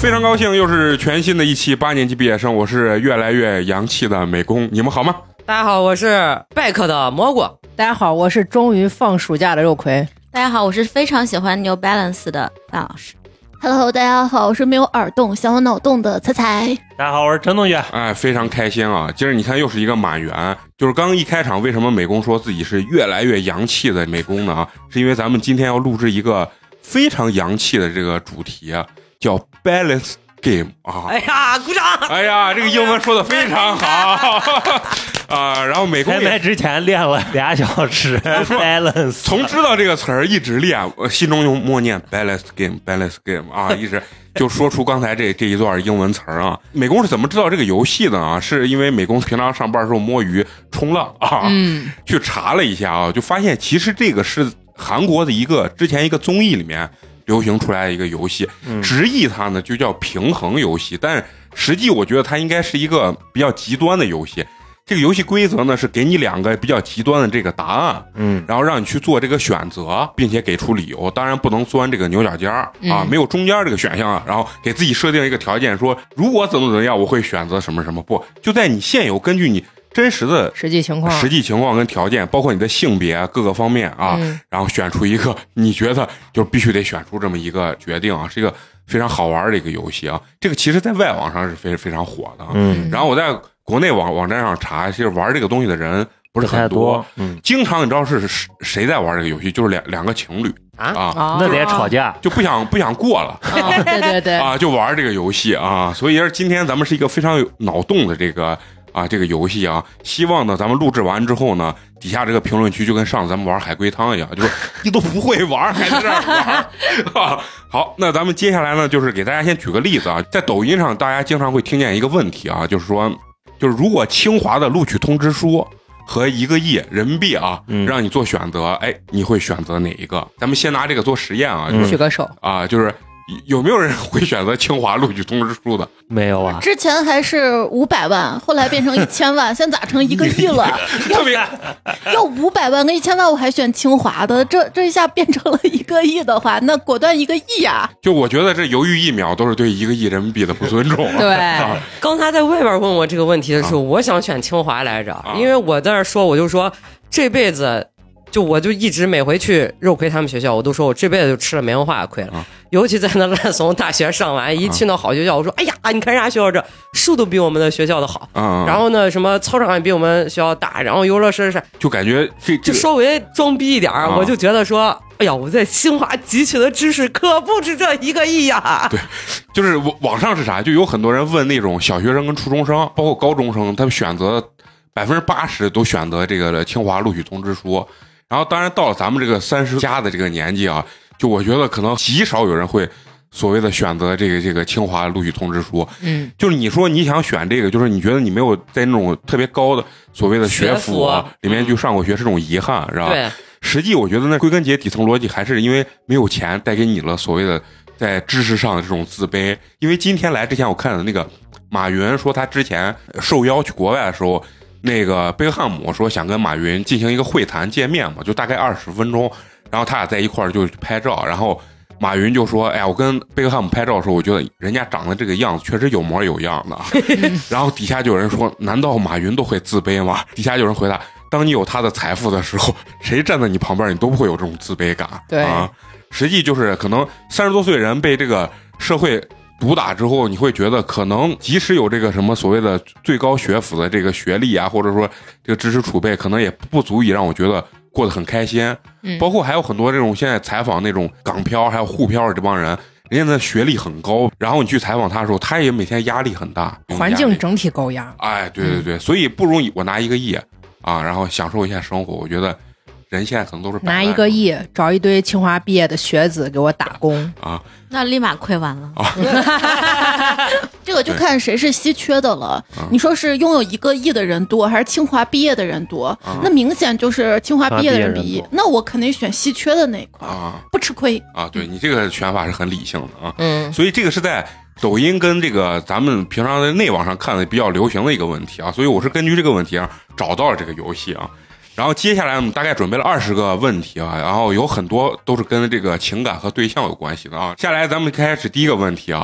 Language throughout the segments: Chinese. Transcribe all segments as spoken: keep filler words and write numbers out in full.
非常高兴，又是全新的一期八年级毕业生，我是越来越洋气的美工，你们好吗？ 大家好，我是拜克的蘑菇。 大家好，我是终于放暑假的肉葵。 大家好，我是非常喜欢 New Balance 的范老师。Hello， 大家好，我是没有耳洞想有脑洞的彩彩。 大家好，我是陈同学。 哎，非常开心啊！今儿你看又是一个满员，就是刚一开场，为什么美工说自己是越来越洋气的美工呢？是因为咱们今天要录制一个非常洋气的这个主题，叫 Balance Game 啊！ 哎呀，鼓掌！ 哎呀，这个英文说的非常好啊！然后美工开麦之前练了俩小时 ，balance， 从知道这个词儿一直练，我心中用默念 Balance Game，Balance Game 啊，一直就说出刚才这这一段英文词儿啊。美工是怎么知道这个游戏的啊？是因为美工平常上班的时候摸鱼冲浪啊，嗯，去查了一下啊，就发现其实这个是韩国的一个之前一个综艺里面流行出来的一个游戏，直译它呢就叫平衡游戏，但是实际我觉得它应该是一个比较极端的游戏。这个游戏规则呢是给你两个比较极端的这个答案，嗯，然后让你去做这个选择，并且给出理由，当然不能钻这个牛角尖儿啊，没有中间这个选项，然后给自己设定一个条件，说如果怎么怎么样，我会选择什么什么，不就在你现有根据你真实的实际情况、 实际情况跟条件，包括你的性别各个方面啊，嗯、然后选出一个你觉得就必须得选出这么一个决定啊，是一个非常好玩的一个游戏啊。这个其实在外网上是非非常火的，嗯，然后我在国内网网站上查，其实玩这个东西的人不是很多，嗯，经常你知道是谁在玩这个游戏，就是两两个情侣啊， 啊那得吵架， 就不想不想过了， 啊、对对对， 啊，就玩这个游戏啊，所以今天咱们是一个非常有脑洞的这个。啊，这个游戏啊，希望呢，咱们录制完之后呢，底下这个评论区就跟上次咱们玩海龟汤一样，就是你都不会玩，还在这儿玩啊。好，那咱们接下来呢，就是给大家先举个例子啊，在抖音上大家经常会听见一个问题啊，就是说，就是如果清华的录取通知书和一个亿人民币啊，嗯、让你做选择，哎，你会选择哪一个？咱们先拿这个做实验啊， 举个手啊，就是。有没有人会选择清华录取通知书的？ 没有啊。 之前还是五百万，后来变成一千万，现在咋成一个亿了？ 特别要五百万跟一千万，我还选清华的，这这一下变成了一个亿的话，那果断一个亿呀！ 就我觉得这犹豫一秒都是对一个亿人民币的不尊重、啊。 对、 啊， 刚才在外边问我这个问题的时候，啊、我想选清华来着，啊、因为我在那说，我就说这辈子。就我就一直每回去肉葵他们学校，我都说我这辈子就吃了没文化的亏了、啊、尤其在那烂怂大学上完一去那好学校，我说哎呀你看人家学校这树都比我们的学校的好、啊、然后呢什么操场也比我们学校大，然后游乐设施就感觉这就稍微装逼一点、啊、我就觉得说哎呀我在清华汲取的知识可不止这一个亿呀。 对，就是网上是啥，就有很多人问那种小学生跟初中生包括高中生，他们选择百分之八十都选择这个清华录取通知书。然后当然到了咱们这个三十加的这个年纪啊，就我觉得可能极少有人会所谓的选择这个这个清华录取通知书。嗯，就是你说你想选这个，就是你觉得你没有在那种特别高的所谓的学府、啊、里面就上过学，是这种遗憾，是吧？对。实际我觉得那归根结底层逻辑还是因为没有钱带给你了所谓的在知识上的这种自卑。因为今天来之前我看的那个马云说他之前受邀去国外的时候。那个贝克汉姆说想跟马云进行一个会谈见面嘛，就大概二十分钟，然后他俩在一块儿就拍照，然后马云就说：“哎呀，我跟贝克汉姆拍照的时候，我觉得人家长得这个样子确实有模有样的。”然后底下就有人说：“难道马云都会自卑吗？”底下就有人回答：“当你有他的财富的时候，谁站在你旁边，你都不会有这种自卑感。” 对啊，实际就是可能三十多岁人被这个社会。毒打之后，你会觉得可能即使有这个什么所谓的最高学府的这个学历啊，或者说这个知识储备，可能也不足以让我觉得过得很开心。嗯，包括还有很多这种现在采访那种港漂还有沪漂的这帮人，人家的学历很高，然后你去采访他的时候，他也每天压力很大， 环境整体高压。 哎，对对对，嗯、所以不如我拿一个亿啊，然后享受一下生活，我觉得。人现在可能都是拿一个亿找一堆清华毕业的学子给我打工啊，那立马亏完了啊！这个就看谁是稀缺的了。你说是拥有一个亿的人多，还是清华毕业的人多？啊、那明显就是清华毕业的人比亿。那我肯定选稀缺的那一块啊，不吃亏啊。对你这个选法是很理性的啊。嗯，所以这个是在抖音跟这个咱们平常在内网上看的比较流行的一个问题啊，所以我是根据这个问题啊找到了这个游戏啊。然后接下来我们大概准备了二十个问题啊，然后有很多都是跟这个情感和对象有关系的啊。下来咱们开始第一个问题啊，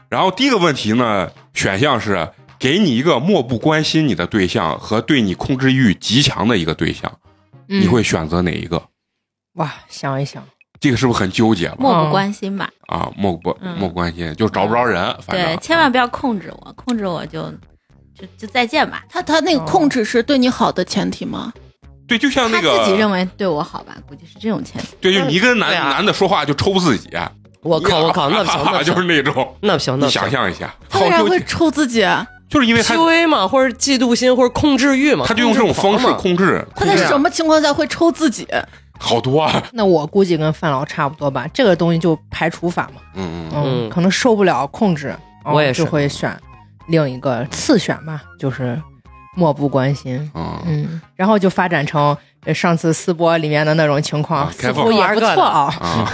然后第一个问题呢，选项是给你一个漠不关心你的对象和对你控制欲极强的一个对象， 嗯、 你会选择哪一个？ 哇，想一想， 这个是不是很纠结了？ 漠不关心吧？ 啊，漠不漠不关心，就是找不着人。 嗯、 反正对，千万不要控制我，控制我就就就再见吧。他他那个控制是对你好的前提吗？ 对，就像那个他自己认为对我好吧，估计是这种前提。 对，就你跟男、啊、男的说话就抽自己。 我靠我靠，那不行，那就是那种， 那不行，那你想象一下， 他为啥会抽自己？ 就是因为他 P U A 嘛，或者嫉妒心，或者控制欲嘛， 他就用这种方式控制。 他在什么情况下会抽自己？ 好多啊！ 那我估计跟范老差不多吧，这个东西就排除法嘛。 嗯嗯嗯，可能受不了控制， 我也是就会选另一个次选吧，就是漠不关心。 嗯嗯，然后就发展成上次私播里面的那种情况， 啊、 似乎也不错啊。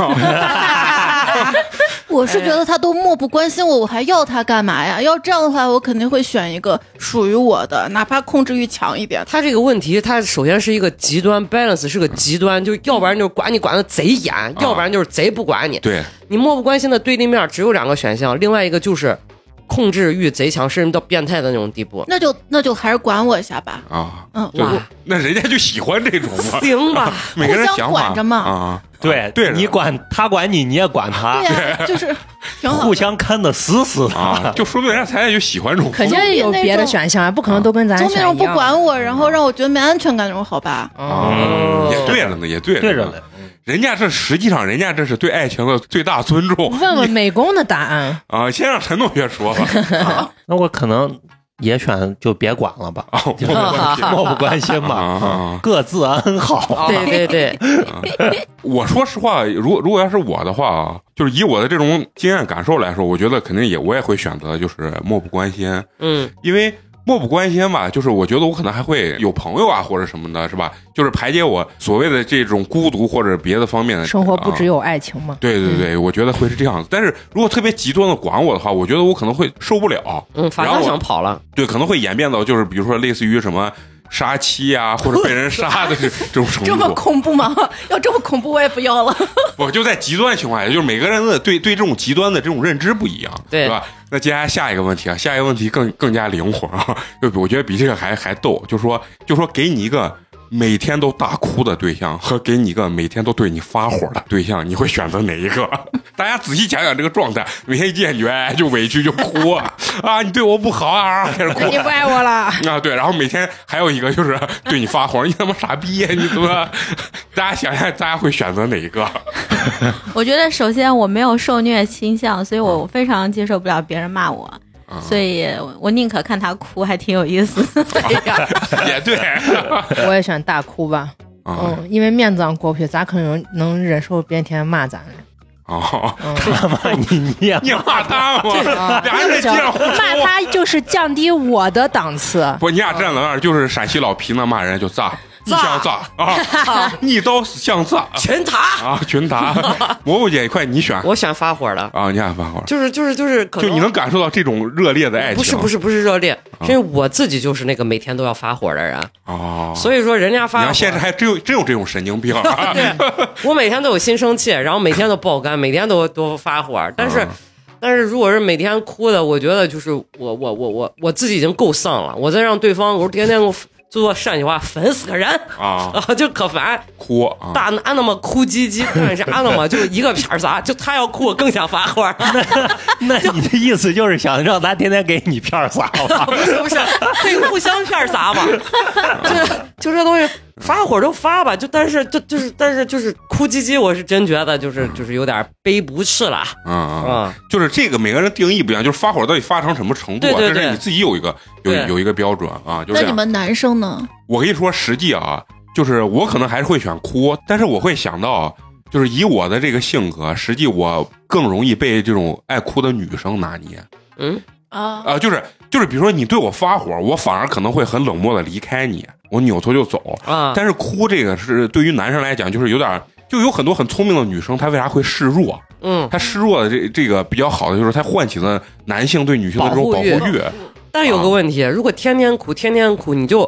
我是觉得他都漠不关心我，我还要他干嘛呀？要这样的话，我肯定会选一个属于我的，哪怕控制欲强一点。 他这个问题，他首先是一个极端 balance， 是个极端，就要不然就是管你管的贼严，啊、要不然就是贼不管你。 对， 你漠不关心的对立面只有两个选项，另外一个就是控制欲贼强，甚至到变态的那种地步。 那就那就还是管我一下吧。 啊， 嗯， 哇，那人家就喜欢这种嘛， 行吧， 每个人想法管着嘛啊。 对对， 你管他管你，你也管他， 对呀、啊，就是挺好， 互相看得死死的、 啊，就说明人家才就喜欢这种， 肯定有别的选项，不可能都跟咱选一样。 总那种不管我，然后让我觉得没安全感那种，好吧？ 嗯，也对了呢，也对了， 对着呢。 人家这实际上，人家这是对爱情的最大尊重。 问问美工的答案啊，先让陈同学说吧。 啊、那我可能也选就别管了吧， 啊、 漠不关心吧，啊、各自安好。 对对对、 啊。我说实话，如果如果要是我的话啊，就是以我的这种经验感受来说，我觉得肯定也我也会选择就是漠不关心。 嗯， 因为漠不关心吧，就是我觉得我可能还会有朋友啊或者什么的，是吧？就是排解我所谓的这种孤独或者别的方面的。 生活不只有爱情嘛。 啊、对对对、嗯，我觉得会是这样子。但是如果特别极端的管我的话，我觉得我可能会受不了。 嗯，反正想跑了。 对，可能会演变到就是比如说类似于什么杀妻啊，或者被人杀的这这种程度。 这么恐怖吗？要这么恐怖我也不要了。 我就在极端情况下，就是每个人的对对这种极端的这种认知不一样， 对吧？那接下来下一个问题啊，下一个问题更更加灵活啊，就我觉得比这个还还逗，就说就说给你一个每天都大哭的对象和给你一个每天都对你发火的对象，你会选择哪一个？大家仔细想想这个状态，每天一见你哎就委屈就哭啊，你对我不好啊，开始哭， 你不爱我了啊，对，然后每天还有一个就是对你发火，你他妈傻逼呀，你怎么？大家想想，大家会选择哪一个？ 我觉得首先我没有受虐倾向，所以我非常接受不了别人骂我。嗯、所以我宁可看他哭，还挺有意思的。 也对， 我也选大哭吧。嗯，嗯因为面子上过不去，咋可能能忍受别人天天骂咱呢？ 哦， 他骂你，你也你骂他吗？俩人在街上互骂他就是降低我的档次。 不，你俩站在那儿就是陕西老皮那骂人就炸。你想炸啊！逆刀向炸， 群塔啊，群塔。蘑菇姐，快你选， 我选发火的啊！你选发火， 就是就是就是， 就你能感受到这种热烈的爱情。 不是不是不是热烈，因为我自己就是那个每天都要发火的人哦。所以说人家发火， 你看现在还真有真有这种神经病。 对，我每天都有心生气，然后每天都爆肝，每天都都发火，但是。但是如果是每天哭的，我觉得就是我我我我我自己已经够丧了，我再让对方我天天给我做陕西话粉死个人啊啊就可烦哭啊大男的嘛哭唧唧干啥的嘛就一个片儿撒，就他要哭我更想发火。 那那你的意思就是想让他天天给你片儿撒吧？ 不是不是，可以互相片儿撒吧？这就这东西发火就发吧，就但是就就是但是就是哭唧唧，我是真觉得就是就是有点背不是了。 嗯嗯，就是这个每个人定义不一样，就是发火到底发成什么程度、啊， 对对对这是你自己有一个有有一个标准啊。就是、 那你们男生呢？ 我跟你说，实际啊，就是我可能还是会选哭，但是我会想到，就是以我的这个性格，实际我更容易被这种爱哭的女生拿捏。 嗯啊啊、呃，就是就是，比如说你对我发火，我反而可能会很冷漠的离开你，我扭头就走啊。 但是哭这个是对于男生来讲，就是有点，就有很多很聪明的女生，她为啥会示弱？ 嗯， 她示弱的这这个比较好的就是她唤起了男性对女性的这种保护欲。 但是有个问题，啊、如果天天哭天天哭，你就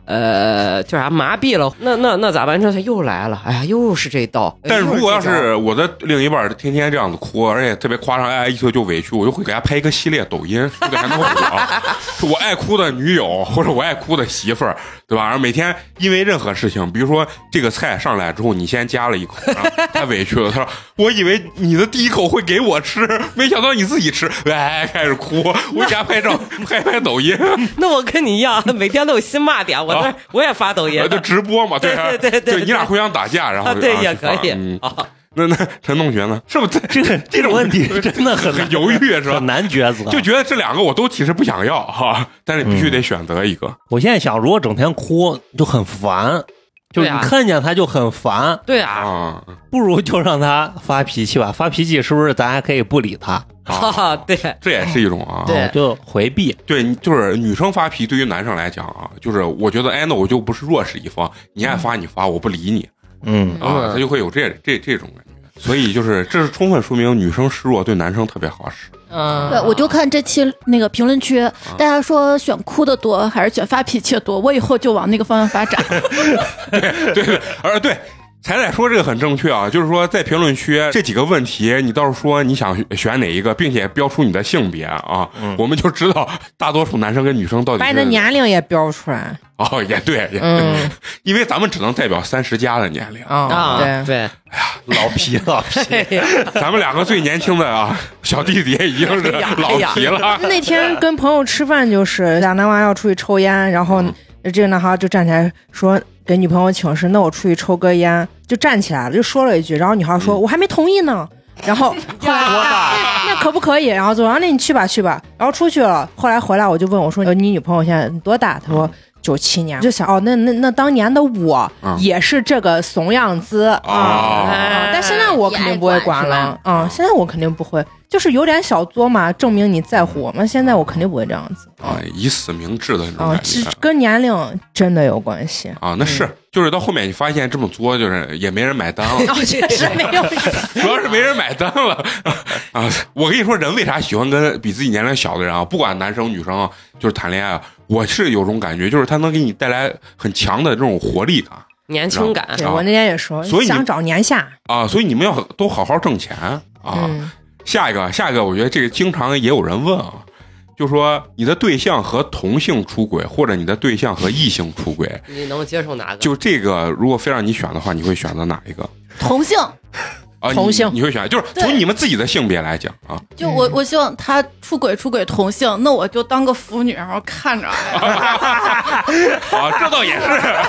呃叫啥麻痹了，那那那咋办？这又来了，哎呀，又是这一道。 但如果要是我的另一半天天这样子哭，而且特别夸张，哎，一说就委屈，我就会给他拍一个系列抖音，说的还能火，是我爱哭的女友或者我爱哭的媳妇儿，对吧？然后每天因为任何事情，比如说这个菜上来之后，你先夹了一口，然后他委屈了，他说我以为你的第一口会给我吃，没想到你自己吃，哎，开始哭，我给他拍照，拍拍抖音。 那我跟你一样，每天都有新骂点，我那、啊、我也发抖音， 就直播嘛，对对对对对， 就你俩互相打架，然后、 啊、对也可以。 嗯，啊、那那陈同学呢？是不是这个这种问题真的很很犹豫，是吧？ 很难抉择， 就觉得这两个我都其实不想要哈，但是必须得选择一个。 嗯、我现在想，如果整天哭就很烦。就是你看见他就很烦， 对啊， 不如就让他发脾气吧。发脾气是不是咱还可以不理他？ 啊，对， 这也是一种啊， 对， 就回避。 对，就是女生发脾气，对于男生来讲啊，就是我觉得，哎，那我就不是弱势一方，你爱发你发，我不理你， 嗯啊，他就会有这这这种感觉。所以就是这是充分说明女生示弱对男生特别好使。 嗯， 对，我就看这期那个评论区，大家说选哭的多还是选发脾气的多，我以后就往那个方向发展。 对对对，而对。彩彩说这个很正确啊，就是说在评论区这几个问题，你倒是说你想选哪一个，并且标出你的性别啊，嗯、我们就知道大多数男生跟女生到底是。 把你的年龄也标出来。 哦，也对，也对，嗯、因为咱们只能代表三十加的年龄啊。对对， 哎呀，老皮老皮，咱们两个最年轻的啊，小弟弟已经是老皮了。 那天跟朋友吃饭，就是俩男娃要出去抽烟，然后这个男孩就站起来说。给女朋友请示，那我出去抽根烟，就站起来了，就说了一句，然后女孩说：“嗯、我还没同意呢。”然后后来那可不可以？然后说：“那你去吧，去吧。”然后出去了。后来回来我就问我说：“你女朋友现在多大？”他说：“九七年。”我就想哦，那那那当年的我也是这个怂样子啊、 嗯嗯，但现在我肯定不会管了啊、嗯，现在我肯定不会。就是有点小作嘛，证明你在乎我们。现在我肯定不会这样子啊，以死明志的那种感觉， 啊、跟年龄真的有关系啊。那是，嗯、就是到后面你发现这么作，就是也没人买单了。 哦，确实没有， 主要是没人买单了啊。我跟你说，人为啥喜欢跟比自己年龄小的人啊？不管男生女生，就是谈恋爱，我是有种感觉，就是他能给你带来很强的这种活力感。 年轻感。 对，我那天也说， 所以想找年下啊，所以你们要都好好挣钱啊。嗯、下一个，下一个，我觉得这个经常也有人问啊，就说你的对象和同性出轨，或者你的对象和异性出轨， 你能接受哪个？ 就这个，如果非让你选的话，你会选择哪一个？ 同性。 啊， 同性你，你会选，就是从你们自己的性别来讲啊。 就我，我希望他出轨出轨同性，那我就当个腐女，然后看着。 啊，这倒也是。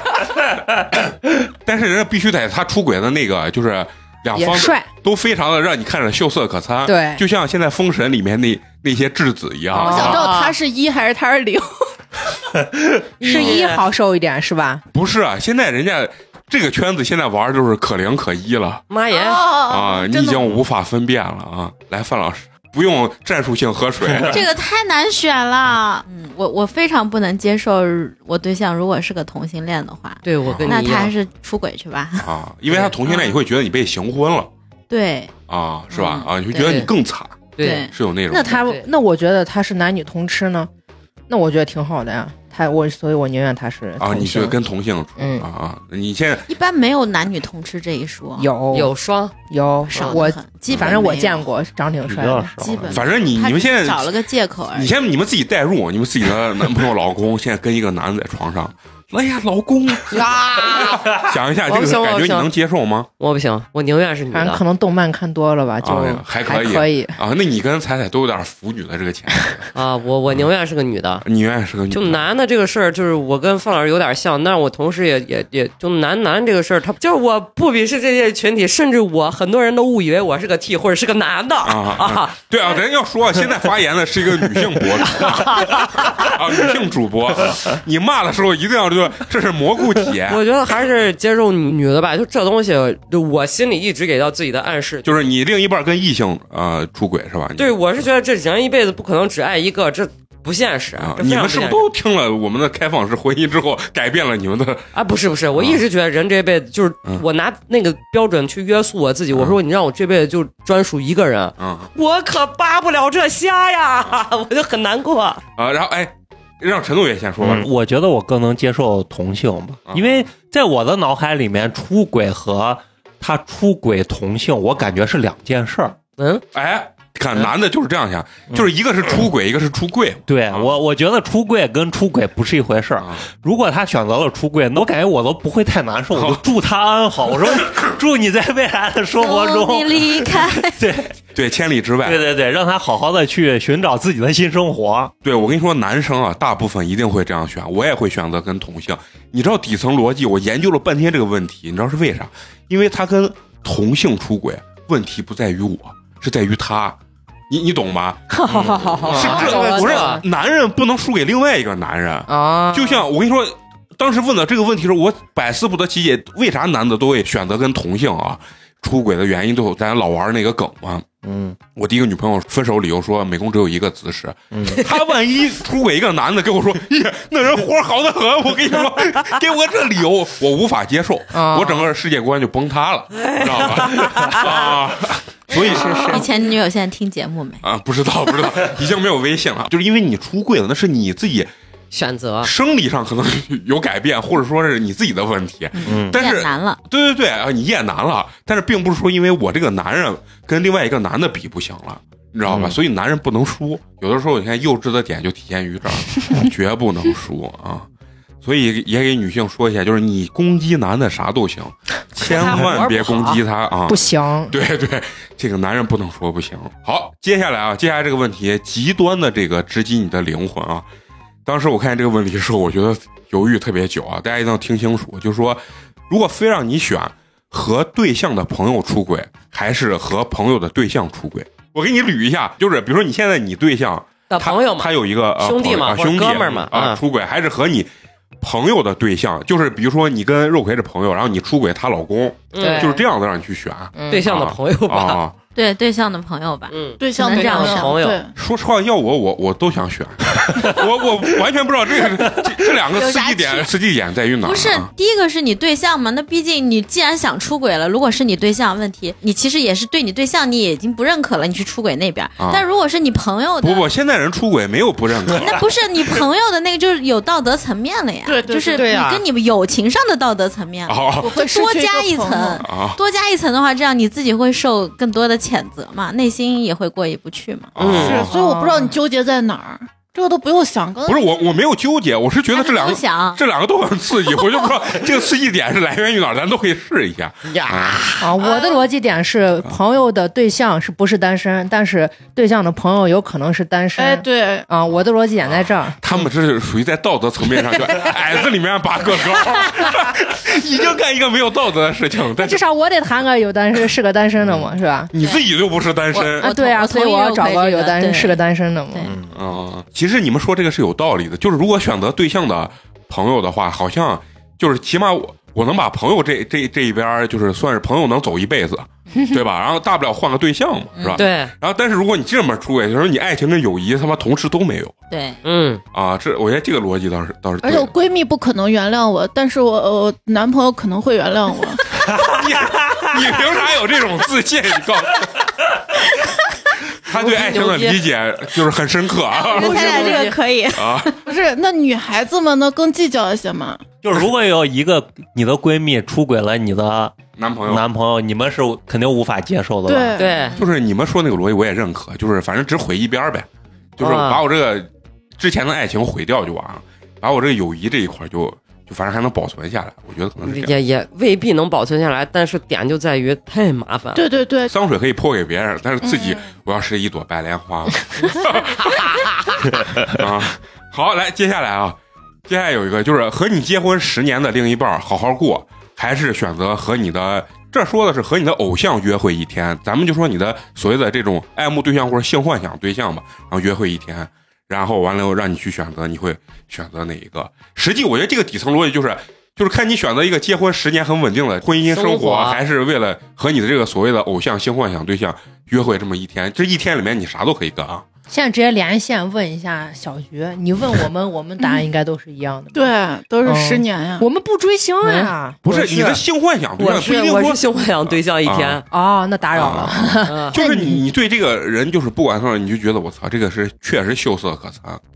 但是人家必须得他出轨的那个，就是两方都非常的让你看着秀色可餐。 对， 就像现在《封神》里面那那些质子一样。 我想知道他是一还是他是零。 是一好受一点是吧？ 不是啊，现在人家。这个圈子现在玩就是可零可一了， 妈耶啊！你已经无法分辨了啊！来，范老师，不用战术性喝水， 这个太难选了。嗯，我我非常不能接受我对象如果是个同性恋的话， 对我跟你那他还是出轨去吧啊！因为他同性恋，你会觉得你被行婚了， 对啊，是吧？啊，你会觉得你更惨， 对， 是有那种。 那他那我觉得他是男女通吃呢，那我觉得挺好的呀。他我，所以我宁愿他是啊，你是跟同性处、 嗯、 啊啊！你现在一般没有男女通吃这一说， 有有双有少我基本反正我见过，长挺帅的， 基本反正你你们现在找了个借口而已。 你先你们自己代入，你们自己的男朋友老公现在跟一个男的在床上。哎呀，老公啊！想一下这个感觉你能接受吗？ 我不行，我宁愿是女的。 反正可能动漫看多了吧，就还可以， 还可以啊。那你跟彩彩都有点腐女的这个潜质啊。我我宁愿是个女的， 宁愿是个女的。 就男的这个事儿，就是我跟范老师有点像，但是我同时也也也就男男这个事儿，他就是我不鄙视这些群体，甚至我很多人都误以为我是个 T 或者是个男的啊啊！对啊，咱要说现在发言的是一个女性博主啊，女性主播，你骂的时候一定要。这是蘑菇体验， 我觉得还是接受女的吧。就这东西，就我心里一直给到自己的暗示， 就是你另一半跟异性呃出轨是吧？ 对，我是觉得这人一辈子不可能只爱一个，这不现实。 啊、你们是不是都听了我们的开放式婚姻之后，改变了你们的啊？不是不是，我一直觉得人这辈子就是我拿那个标准去约束我自己。嗯、我说你让我这辈子就专属一个人，嗯，我可扒不了这虾呀，我就很难过啊。然后哎。 让陈同学先说吧。 嗯，我觉得我更能接受同性吧， 啊、 因为在我的脑海里面，出轨和他出轨同性，我感觉是两件事儿。 嗯， 哎。看男的就是这样想，就是一个是出轨，一个是出柜。 对、 啊、 我，我觉得出柜跟出轨不是一回事儿、啊。如果他选择了出柜，那我感觉我都不会太难受，我就祝他安好。我说祝你在未来的生活中你离开， 对对，千里之外， 对对对，让他好好的去寻找自己的新生活。 对，我跟你说，男生啊，大部分一定会这样选，我也会选择跟同性。你知道底层逻辑，我研究了半天这个问题，你知道是为啥？因为他跟同性出轨，问题不在于我，是在于他。你你懂吗？ 好好好好， 是这不是男人不能输给另外一个男人啊！就像我跟你说，当时问到这个问题的时候，我百思不得其解，为啥男的都会选择跟同性啊出轨的原因，都有咱老玩那个梗嘛。嗯，我第一个女朋友分手理由说美工只有一个姿势，嗯，他万一出轨一个男的跟我说，耶，那人活好得很，我跟你说，给我这理由，我无法接受，我整个世界观就崩塌了，知道吧？啊。所以是是， 你前女友现在听节目没？ 啊，不知道不知道，已经没有微信了。就是因为你出柜了，那是你自己选择， 生理上可能有改变，或者说是你自己的问题。嗯，但是难了， 对对对啊，你厌难了，但是并不是说因为我这个男人跟另外一个男的比不行了，你知道吧？嗯、所以男人不能输，有的时候你看幼稚的点就体现于这儿，绝不能输啊。所以也给女性说一下，就是你攻击男的啥都行，千万别攻击他啊！ 不行， 对对，这个男人不能说不行。好，接下来啊，接下来这个问题极端的这个直击你的灵魂啊！当时我看见这个问题的时候，我觉得犹豫特别久啊，大家一定要听清楚，就是说，如果非让你选和对象的朋友出轨，还是和朋友的对象出轨，我给你捋一下，就是比如说你现在你对象的朋友嘛， 他有一个、呃、 兄弟嘛， 啊、兄弟哥们儿嘛啊、嗯、出轨，还是和你朋友的对象，就是比如说你跟肉葵是朋友，然后你出轨她老公， 对， 就是这样的让你去选、 嗯、对象的朋友吧， 啊啊、 对对象的朋友吧， 嗯，对象的这样的朋友。 说实话，要我我我都想选，我我完全不知道这个这这两个刺激点刺激点在于哪。 不是，第一个是你对象嘛，那毕竟你既然想出轨了，如果是你对象问题，你其实也是对你对象你已经不认可了，你去出轨那边。啊、但如果是你朋友的， 不不，现在人出轨没有不认可， 那不是你朋友的那个就是有道德层面了呀， 对，对就是你跟你们友情上的道德层面了， 啊、 就多加一层， 啊、 多加一层的话，这样你自己会受更多的谴责嘛，内心也会过意不去嘛。 嗯， 是，所以我不知道你纠结在哪儿。这个都不用想， 不是我，我没有纠结，我是觉得这两个这两个都很刺激，我就不知道这个刺激点是来源于哪儿，咱都可以试一下。 呀啊，我的逻辑点是，朋友的对象是不是单身，但是对象的朋友有可能是单身。 哎，对啊，我的逻辑点在这儿。啊、 他们这是属于在道德层面上，就矮子里面拔个高，已经干一个没有道德的事情。但至少我得谈个有单身是个单身的嘛，是吧？ 你自己就不是单身啊？对啊，所以我要找个有单身是个单身的嘛。 嗯，其实你们说这个是有道理的，就是如果选择对象的朋友的话，好像就是起码我我能把朋友这这这一边就是算是朋友能走一辈子，对吧？然后大不了换个对象嘛，是吧？ 对。 然后但是如果你这么出轨，就是你爱情跟友谊他妈同时都没有。 对， 嗯啊，这我觉得这个逻辑倒是倒是。 而且我闺蜜不可能原谅我，但是我我男朋友可能会原谅我。 你你凭啥有这种自信？你告诉我。他对爱情的理解就是很深刻啊！ 我觉得咱俩这个可以啊， 不是那女孩子们呢更计较一些嘛？ 就是如果有一个你的闺蜜出轨了你的男朋友， 男朋友你们是肯定无法接受的吧？ 对对， 就是你们说那个逻辑我也认可，就是反正只毁一边呗，就是把我这个之前的爱情毁掉就完了，把我这个友谊这一块就。就反正还能保存下来，我觉得可能是这样， 也也未必能保存下来，但是点就在于太麻烦了。 对对对， 脏水可以泼给别人，但是自己我要是一朵白莲花。嗯、啊，好，来接下来啊，接下来有一个就是和你结婚十年的另一半好好过，还是选择和你的这说的是和你的偶像约会一天，咱们就说你的所谓的这种爱慕对象或者性幻想对象吧，然后约会一天。然后完了后让你去选择，你会选择哪一个？实际我觉得这个底层逻辑就是，就是看你选择一个结婚十年很稳定的婚姻生活， 生活还是为了和你的这个所谓的偶像性幻想对象约会这么一天。这一天里面你啥都可以干啊。 现在直接连线问一下小菊，你问我们，我们答案应该都是一样的。 对，都是十年呀。 嗯、我们不追星呀， 嗯、不是你的性幻想对象，不一定说我是性幻想对象一天。 啊、哦，那打扰了。 啊、就是你，你对这个人，就是不管说，你就觉得我操，这个是确实秀色可餐。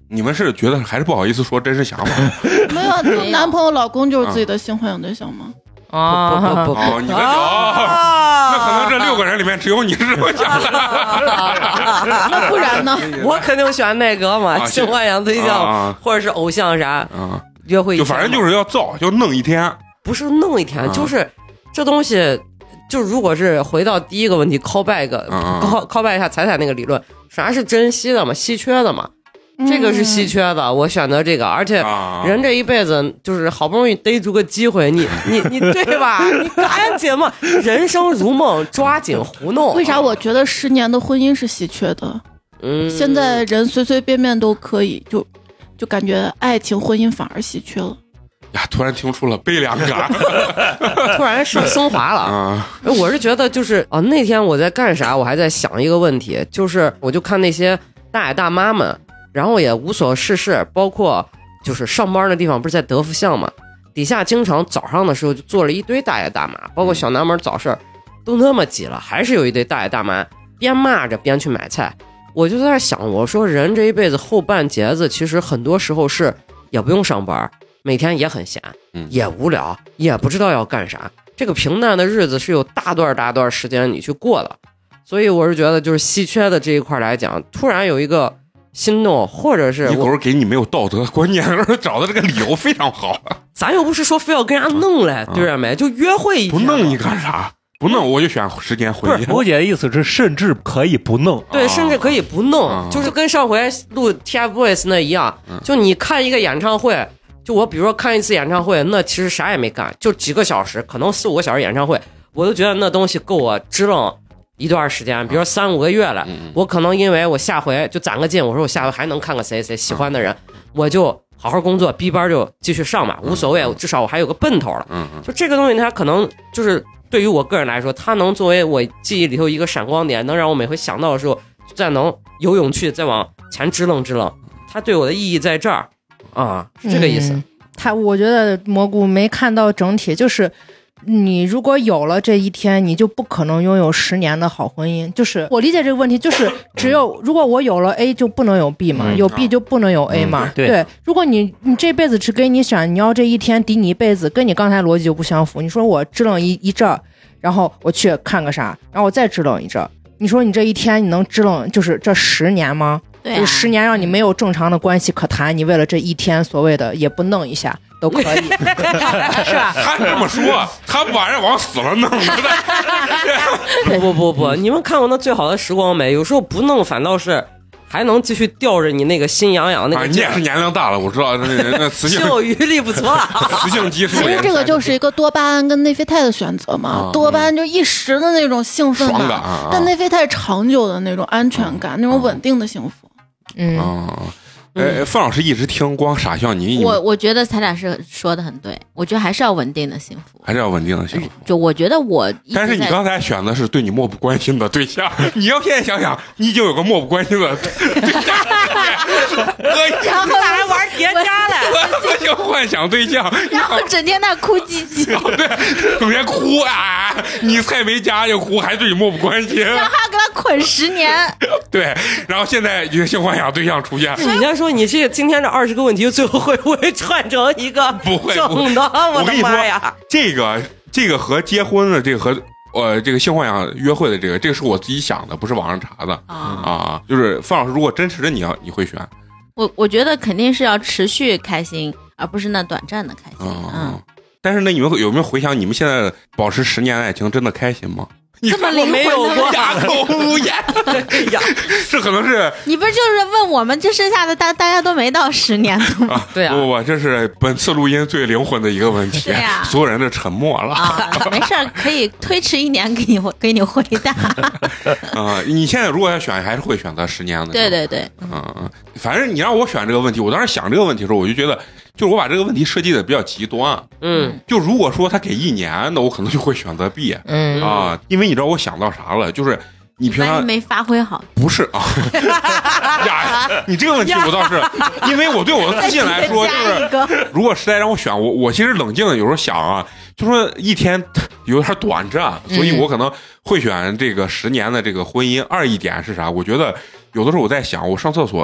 你们是觉得还是不好意思说真实想法？ 没有，就男朋友、老公就是自己的性幻想对象吗？ 啊，不不不不， 哦，你们哦，那可能这六个人里面只有你是这么想的。 那不然呢？ 我肯定选那个嘛，性幻想对象或者是偶像啥，约会就反正就是要造，就弄一天， 不是弄一天，就是这东西。就如果是回到第一个问题 call back call call back 一下彩彩那个理论，啥是珍惜的嘛，稀缺的嘛，这个是稀缺的，我选择这个，而且人这一辈子就是好不容易逮住个机会，你你你对吧？你赶紧嘛，人生如梦，抓紧胡弄。 为啥我觉得十年的婚姻是稀缺的？嗯，现在人随随便便都可以，就就感觉爱情婚姻反而稀缺了。 呀，突然听出了悲凉感， 突然是升华了。啊、我是觉得就是啊，那天我在干啥？我还在想一个问题，就是我就看那些大爷大妈们，然后也无所事事，包括就是上班的地方不是在德福巷嘛，底下经常早上的时候就坐了一堆大爷大妈，包括小南门早市都那么挤了，还是有一堆大爷大妈边骂着边去买菜。我就在那想，我说人这一辈子后半截子，其实很多时候是也不用上班。每天也很闲，也无聊，也不知道要干啥。这个平淡的日子是有大段大段时间你去过的，所以我是觉得就是稀缺的这一块来讲，突然有一个心动，或者是一会儿给你没有道德观念，找的这个理由非常好。 咱又不是说非要跟人家弄来，对着没？就约会一天。 不弄你干啥？不弄我就选时间婚姻。 我姐的意思是，甚至可以不弄。 对，甚至可以不弄，就是跟上回录 TFBOYS 那一样，就你看一个演唱会。就我比如说看一次演唱会，那其实啥也没干，就几个小时，可能四五个小时演唱会，我都觉得那东西够我支棱一段时间，比如说三五个月了，我可能因为我下回就攒个劲，我说我下回还能看个谁谁喜欢的人，我就好好工作，逼班就继续上吧，无所谓，至少我还有个奔头了。就这个东西，它可能就是对于我个人来说，它能作为我记忆里头一个闪光点，能让我每回想到的时候，再能有勇气再往前支棱支棱，它对我的意义在这儿。啊，是这个意思。 嗯、他我觉得蘑菇没看到整体，就是你如果有了这一天，你就不可能拥有十年的好婚姻。就是我理解这个问题，就是只有如果我有了 A 就不能有 B 嘛，嗯、有 B 就不能有 A 嘛。嗯、对, 对，如果你你这辈子只给你选，你要这一天抵你一辈子，跟你刚才逻辑就不相符。你说我支棱一一阵，然后我去看个啥，然后我再支棱一阵，你说你这一天你能支棱就是这十年吗？ 对、啊， 就十年让你没有正常的关系可谈，你为了这一天所谓的也不弄一下都可以，是吧？ 他这么说，他把人往死了弄的。 不不不不，你们看过那最好的时光没？有时候不弄反倒是还能继续吊着你那个心痒痒那个、啊。 你也是年龄大了，我知道那那雌性就余力不错， 雌性激素。 其实这个就是一个多巴胺跟内啡肽的选择嘛。啊、多巴胺就一时的那种兴奋感， 啊、 但内啡肽长久的那种安全感，啊、那种稳定的幸福。 嗯， 呃，范老师一直听光傻笑你， 我我觉得咱俩是说的很对，我觉得还是要稳定的幸福， 还是要稳定的幸福。 就我觉得我， 但是你刚才选的是对你漠不关心的对象，你要现在想想，你已经有个漠不关心的对象， 然后还玩叠加了， 恶性幻想对象， 然后整天那哭唧唧， 对，整天哭啊，你菜没加就哭，还对你漠不关心， 然后还要给他捆十年， 对，然后现在一个性幻想对象出现， 你先说你这今天这二十个问题最后会不会串成一个不会正的？ 我的妈呀！ 这个这个和结婚的这个和呃这个性幻想约会的这个，这个是我自己想的，不是网上查的啊啊！就是范老师，如果真实的你要你会选？ 我我觉得肯定是要持续开心，而不是那短暂的开心。嗯， 嗯但是呢，你们有没有回想你们现在保持十年的爱情真的开心吗？ 这么灵没有过， 哑口无言。这可能是你不是就是问我们这剩下的大大家都没到十年的吗？ 啊对啊，不不，这是本次录音最灵魂的一个问题。 对呀、啊， 所有人都沉默了。 啊，没事，可以推迟一年给你给你回答。 啊，你现在如果要选，还是会选择十年的。 对对对。 嗯嗯，反正你让我选这个问题，我当时想这个问题的时候，我就觉得，就是我把这个问题设计的比较极端。 嗯， 就如果说他给一年，那我可能就会选择 B。嗯啊，因为你知道我想到啥了，就是你平常没发挥好。 不是啊，呀，你这个问题我倒是，因为我对我的自信来说，就是如果实在让我选，我我其实冷静的有时候想啊，就说一天有点短暂，所以我可能会选这个十年的这个婚姻。二一点是啥？我觉得有的时候我在想，我上厕所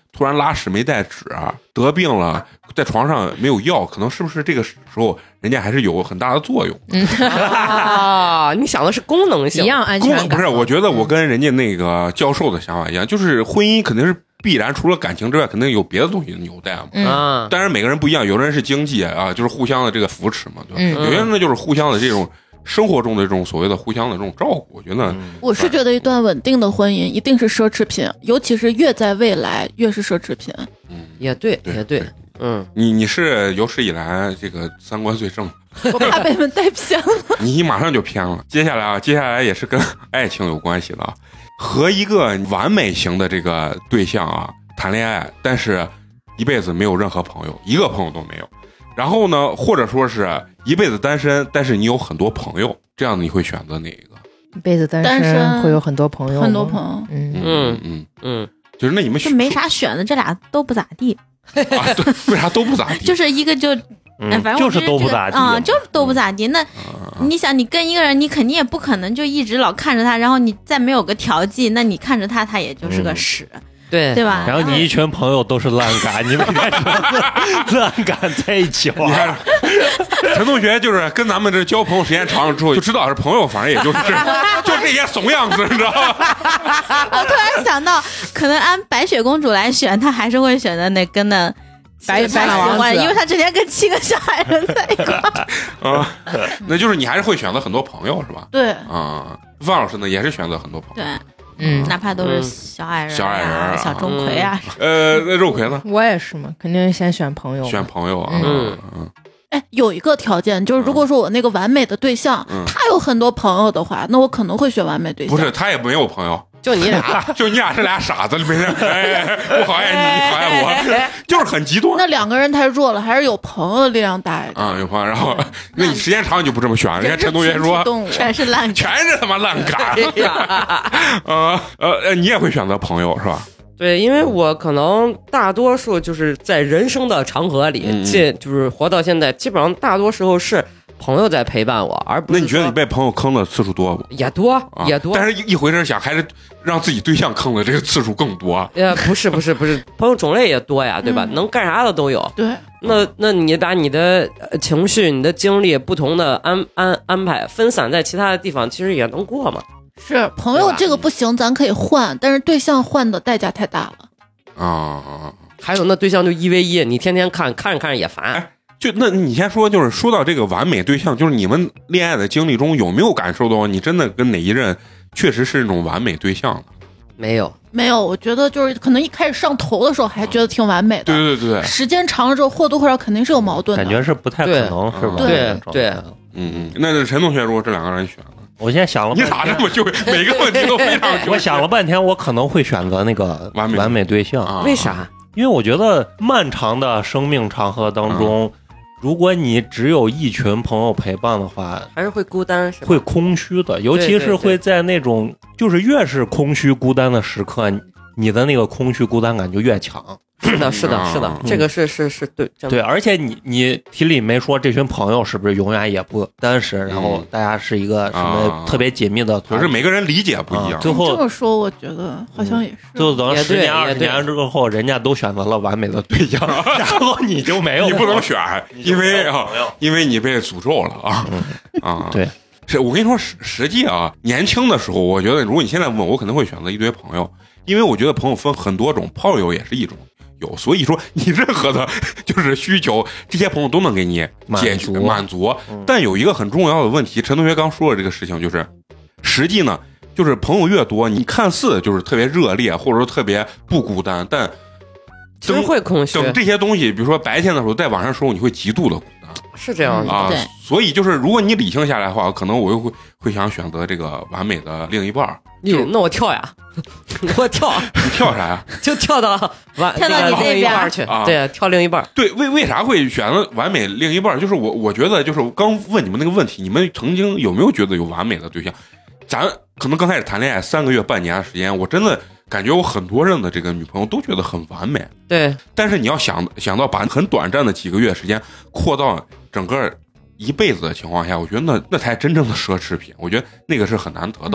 突然拉屎没带纸，得病了，在床上没有药，可能是不是这个时候人家还是有很大的作用？ 嗯啊，你想的是功能性， 一样安全感。 不是，我觉得我跟人家那个教授的想法一样，就是婚姻肯定是必然，除了感情之外，肯定有别的东西纽带嘛。 嗯， 当然每个人不一样，有的人是经济啊，就是互相的这个扶持嘛，对吧？ 嗯、 有些人呢就是互相的这种。生活中的这种所谓的互相的这种照顾，我觉得， 我是觉得一段稳定的婚姻一定是奢侈品，尤其是越在未来越是奢侈品。 嗯， 也对， 对也对，嗯， 你你是有史以来这个三观最正， 我怕被你们带偏了。 你马上就偏了。接下来啊，接下来也是跟爱情有关系的啊，和一个完美型的这个对象啊谈恋爱，但是一辈子没有任何朋友，一个朋友都没有。然后呢，或者说是一辈子单身，但是你有很多朋友，这样你会选择哪一个？ 一辈子单单身会有很多朋友， 很多朋友， 嗯嗯嗯嗯， 就是那你们就没啥选的，这俩都不咋地啊？对，为啥都不咋地？ 就是一个就， 嗯、 反正就是都不咋地啊、嗯，就是都不咋地。那、嗯、你想，你跟一个人，你肯定也不可能就一直老看着他，然后你再没有个调剂，那你看着他，他也就是个屎。嗯对对吧？ 然后你一群朋友都是烂杆，你们开始烂杆在一起玩。 你看，陈同学就是跟咱们这交朋友时间长了之后，就知道是朋友，反正也就是就这些怂样子，你知道吗？ 我突然想到，可能按白雪公主来选，她还是会选择那跟的白白马王子， 因为她之前跟七个小矮人在一块儿。 啊，那就是你还是会选择很多朋友是吧？ 对啊，范老师呢也是选择很多朋友。 对。 嗯， 哪怕都是小矮人、啊、 小矮人、啊、 小钟馗啊。 呃，那肉葵呢？ 我也是嘛，肯定先选朋友。 选朋友啊。 嗯嗯。 哎，有一个条件就是，如果说我那个完美的对象， 嗯、 他有很多朋友的话，那我可能会选完美对象。 不是，他也没有朋友。 就你俩， 就你俩是俩傻子，没人，哎，我讨厌你，你讨厌我，就是很极端。 那两个人太弱了，还是有朋友的力量大一点。 啊、嗯，有朋友，然后那你时间长你就不这么选。人家陈同学说， 全是烂， 全是他妈烂杆。呃呃，你也会选择朋友是吧？ 对，因为我可能大多数就是在人生的长河里， 嗯、 这就是活到现在，基本上大多时候是朋友在陪伴我，而不是。 那你觉得你被朋友坑的次数多不？ 也多， 啊、 也多。 但是一回事想，还是让自己对象坑的这个次数更多。 呃，不是不是不是，朋友种类也多呀，对吧？嗯、能干啥的都有。 对。 那那你把你的情绪、你的精力不同的安安安排分散在其他的地方，其实也能过嘛。 是朋友这个不行，咱可以换，但是对象换的代价太大了。 啊， 还有那对象就一 v 一，你天天看看着看着也烦。 哎，就那你先说，就是说到这个完美对象，就是你们恋爱的经历中有没有感受到你真的跟哪一任确实是那种完美对象呢？ 没有， 没有，我觉得就是可能一开始上头的时候还觉得挺完美的， 对对对对， 时间长了之后或多或少肯定是有矛盾的， 感觉是不太可能，是吧？ 对对， 嗯嗯，那是陈同学，如果这两个人选呢？ 我现在想了， 你咋这么就每个问题都非常我想了半天，我可能会选择那个完美完美对象， 啊、 为啥？ 因为我觉得漫长的生命长河当中。嗯，如果你只有一群朋友陪伴的话， 还是会孤单，是吧？ 会空虚的，尤其是会在那种就是越是空虚孤单的时刻，你的那个空虚孤单感就越强。 是的，是的，是的，这个是是是对对，而且你你题里没说这群朋友是不是永远也不单身，然后大家是一个什么特别紧密的团， 可是每个人理解不一样。 最后这么说，我觉得好像也是， 就等十年二十年之后，人家都选择了完美的对象，然后你就没有， 你不能选，因为啊，因为你被诅咒了啊啊！ 对。 是我跟你说实实际啊，年轻的时候，我觉得如果你现在问我，可能会选择一堆朋友，因为我觉得朋友分很多种，炮友也是一种有，所以说你任何的就是需求，这些朋友都能给你解决满足。但有一个很重要的问题，陈同学刚说的这个事情，就是实际呢，就是朋友越多，你看似就是特别热烈，或者说特别不孤单，但其实会空虚。 等这些东西，比如说白天的时候，在晚上的时候，你会极度的孤单。 是这样的啊，所以就是如果你理性下来的话，可能我又会会想选择这个完美的另一半。 就那我跳呀，我跳， 你跳啥呀？ 就跳到完跳到你那边去啊！对，跳另一半。 对，为为啥会选择完美另一半？就是我我觉得，就是刚问你们那个问题，你们曾经有没有觉得有完美的对象？咱可能刚开始谈恋爱三个月、半年的时间，我真的感觉我很多任的这个女朋友都觉得很完美。 对， 但是你要想想到把很短暂的几个月时间扩到整个一辈子的情况下，我觉得那那才真正的奢侈品。我觉得那个是很难得到的。嗯、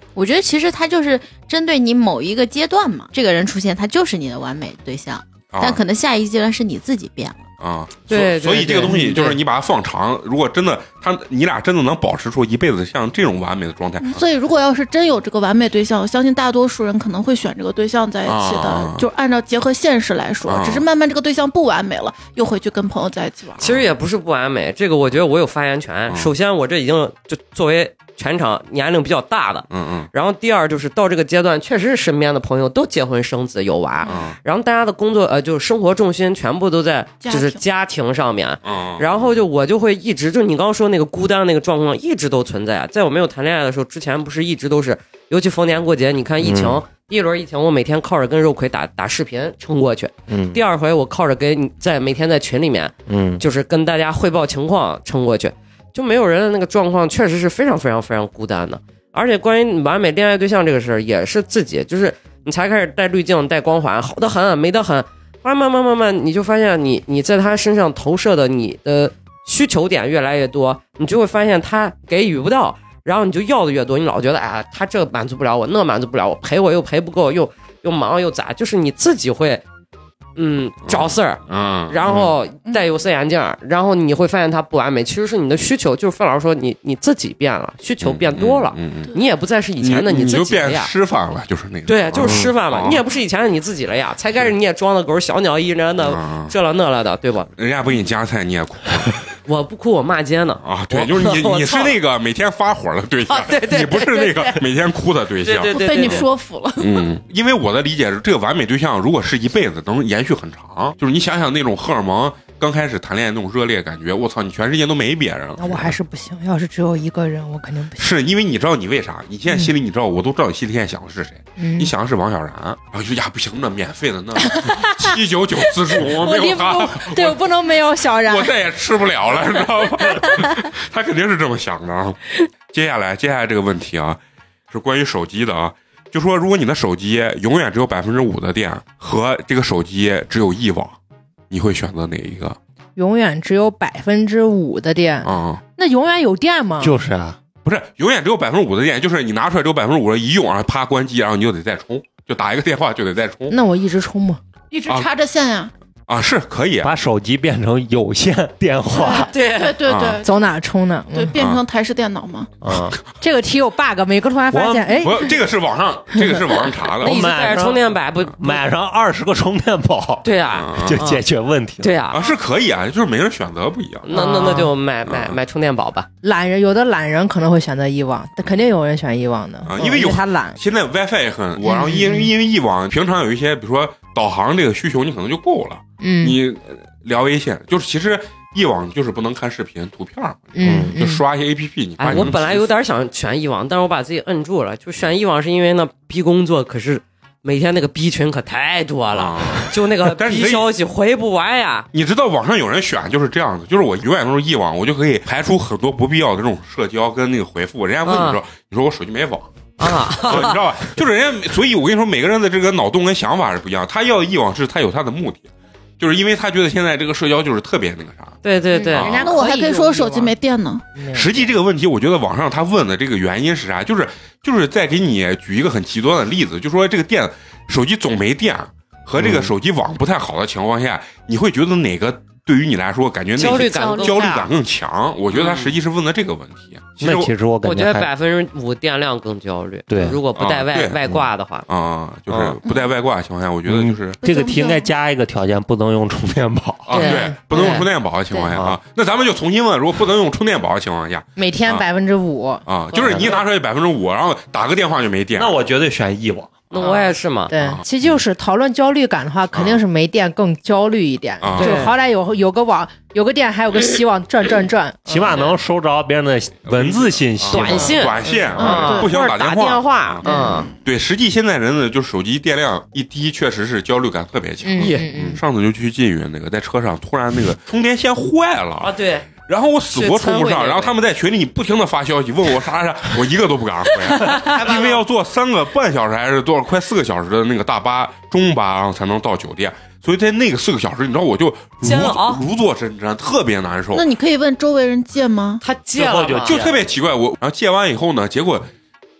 我觉得其实它就是针对你某一个阶段嘛，这个人出现他就是你的完美对象， 啊、 但可能下一个阶段是你自己变了。 啊， 对， 所以这个东西就是你把它放长，如果真的他你俩真的能保持出一辈子像这种完美的状态， 所以如果要是真有这个完美对象，我相信大多数人可能会选这个对象在一起的， 啊、 就按照结合现实来说、啊，只是慢慢这个对象不完美了，又回去跟朋友在一起玩。 其实也不是不完美，这个我觉得我有发言权。 啊、 首先，我这已经就作为全场年龄比较大的， 嗯嗯， 然后第二就是到这个阶段，确实是身边的朋友都结婚生子有娃， 嗯， 然后大家的工作呃就是生活重心全部都在就是家庭上面， 嗯， 然后就我就会一直就你刚刚说那个孤单那个状况一直都存在，在我没有谈恋爱的时候，之前不是一直都是，尤其逢年过节，你看疫情、嗯、第一轮疫情，我每天靠着跟肉葵打打视频撑过去， 嗯， 第二回我靠着跟在每天在群里面， 嗯， 就是跟大家汇报情况撑过去。就没有人的那个状况确实是非常非常非常孤单的，而且关于完美恋爱对象这个事儿也是自己，就是你才开始带滤镜带光环，好的很美得很，慢慢慢慢慢你就发现你你在他身上投射的你的需求点越来越多，你就会发现他给予不到，然后你就要的越多，你老觉得哎呀他这满足不了我，那满足不了我，陪我又陪不够，又又忙又咋，就是你自己会嗯，找事儿， 嗯， 然后戴有色眼镜，然后你会发现它不完美，其实是你的需求，就是范老师说你你自己变了，需求变多了， 嗯嗯嗯、 你也不再是以前的你自己了呀， 你就变师范了，就是那个， 对，就是师范了， 嗯、 你也不是以前的你自己了呀，才开始你也装的狗小鸟依人的， 嗯、 这了那了的，对吧？ 人家不给你夹菜，你也哭。 我不哭，我骂街呢。 啊，对，就是你，你是那个每天发火的对象， 啊、对, 对, 对, 对， 你不是那个每天哭的对象。 对对对， 被你说服了。 嗯，因为我的理解是，这个完美对象如果是一辈子，能延续很长。就是你想想那种荷尔蒙刚开始谈恋爱那种热烈感觉，我操，你全世界都没别人了。 那我还是不行，要是只有一个人，我肯定不行。 是因为你知道你为啥？你现在心里你知道，嗯、我都知道你心里现在想的是谁。 嗯、 你想的是王小然，然后就呀不行，那免费的那七九九自助，我没有他， 对我不能没有小然， 我再也吃不了了，你知道吗？他肯定是这么想的啊。接下来，接下来这个问题啊，是关于手机的啊。就说如果你的手机永远只有百分之五的电，和这个手机只有一网，你会选择哪一个？ 永远只有百分之五的电啊、嗯？ 那永远有电吗？ 就是啊， 不是永远只有百分之五的电，就是你拿出来只有百分之五，一用然后啪关机，然后你就得再充，就打一个电话就得再充。 那我一直充吗？ 一直插着线呀。 啊，啊是可以把手机变成有线电话， 对对对对， 啊、 走哪充呢？ 对，变成台式电脑吗？ 啊， 这个题有 bug， 每个突然发现，哎， 不，这个是网上，这个是网上查的。 我买充电宝不买上二十个充电宝， 对呀、啊， 就解决问题了。 对呀、 啊，是可以啊，就是每个人选择不一样。 那那那就买买买充电宝吧。 懒人有的懒人可能会选择一网，但肯定有人选一网的啊，因为有他懒。 现在 WiFi 也很多，然后因为因为一网平常有一些，比如说导航这个需求，你可能就够了。 嗯， 你聊微信，就是其实一网就是不能看视频、图片， 嗯， 就刷一些 A P P。你哎，我本来有点想选一网，但是我把自己摁住了。就选一网是因为那逼工作，可是每天那个逼群可太多了，啊、就那个逼消息回不完呀。 你知道网上有人选就是这样子，就是我永远都是一网，我就可以排除很多不必要的这种社交跟那个回复。人家问你说，啊、你说我手机没网。 啊， 你知道吧？就是人家，所以我跟你说，每个人的这个脑洞跟想法是不一样。他要一网是他有他的目的，就是因为他觉得现在这个社交就是特别那个啥。 对对对， 嗯、人家那我还可以说手机没电呢。 实际这个问题，我觉得网上他问的这个原因是啥？就是就是在给你举一个很极端的例子，就说这个电手机总没电和这个手机网不太好的情况下，嗯、你会觉得哪个？对于你来说，感觉那焦虑感焦虑感更强。我觉得他实际是问的这个问题。 其实其实我感觉，我觉得百分之五电量更焦虑。 对， 如果不带外、啊、外挂的话， 啊，就是不带外挂的情况下，我觉得就是、 嗯、这个题应该加一个条件，不能用充电宝啊。对，不能用充电宝的情况下啊。那咱们就重新问，如果不能用充电宝的情况下， 每天百分之五啊，就是你一拿出来百分之五，然后打个电话就没电， 那我绝对选一网。 那我也是嘛。 对，其实就是讨论焦虑感的话，肯定是没电更焦虑一点。 啊、 就好歹有有个网，有个电，还有个希望转转转， 起码能收着别人的文字信息、 短信、 短信啊， 不想打电话。电话， 嗯，对，实际现在人的就是手机电量一低，确实是焦虑感特别强。 嗯嗯，上次就去缙云那个，在车上突然那个充电线坏了啊，对。 然后我死活充不上，然后他们在群里不停的发消息问我啥啥，我一个都不敢回，因为要坐三个半小时还是多少快四个小时的那个大巴中巴，然后才能到酒店，所以在那个四个小时，你知道我就如如坐针毡，特别难受。 那你可以问周围人借吗？ 他借了， 就特别奇怪。我然后借完以后呢，结果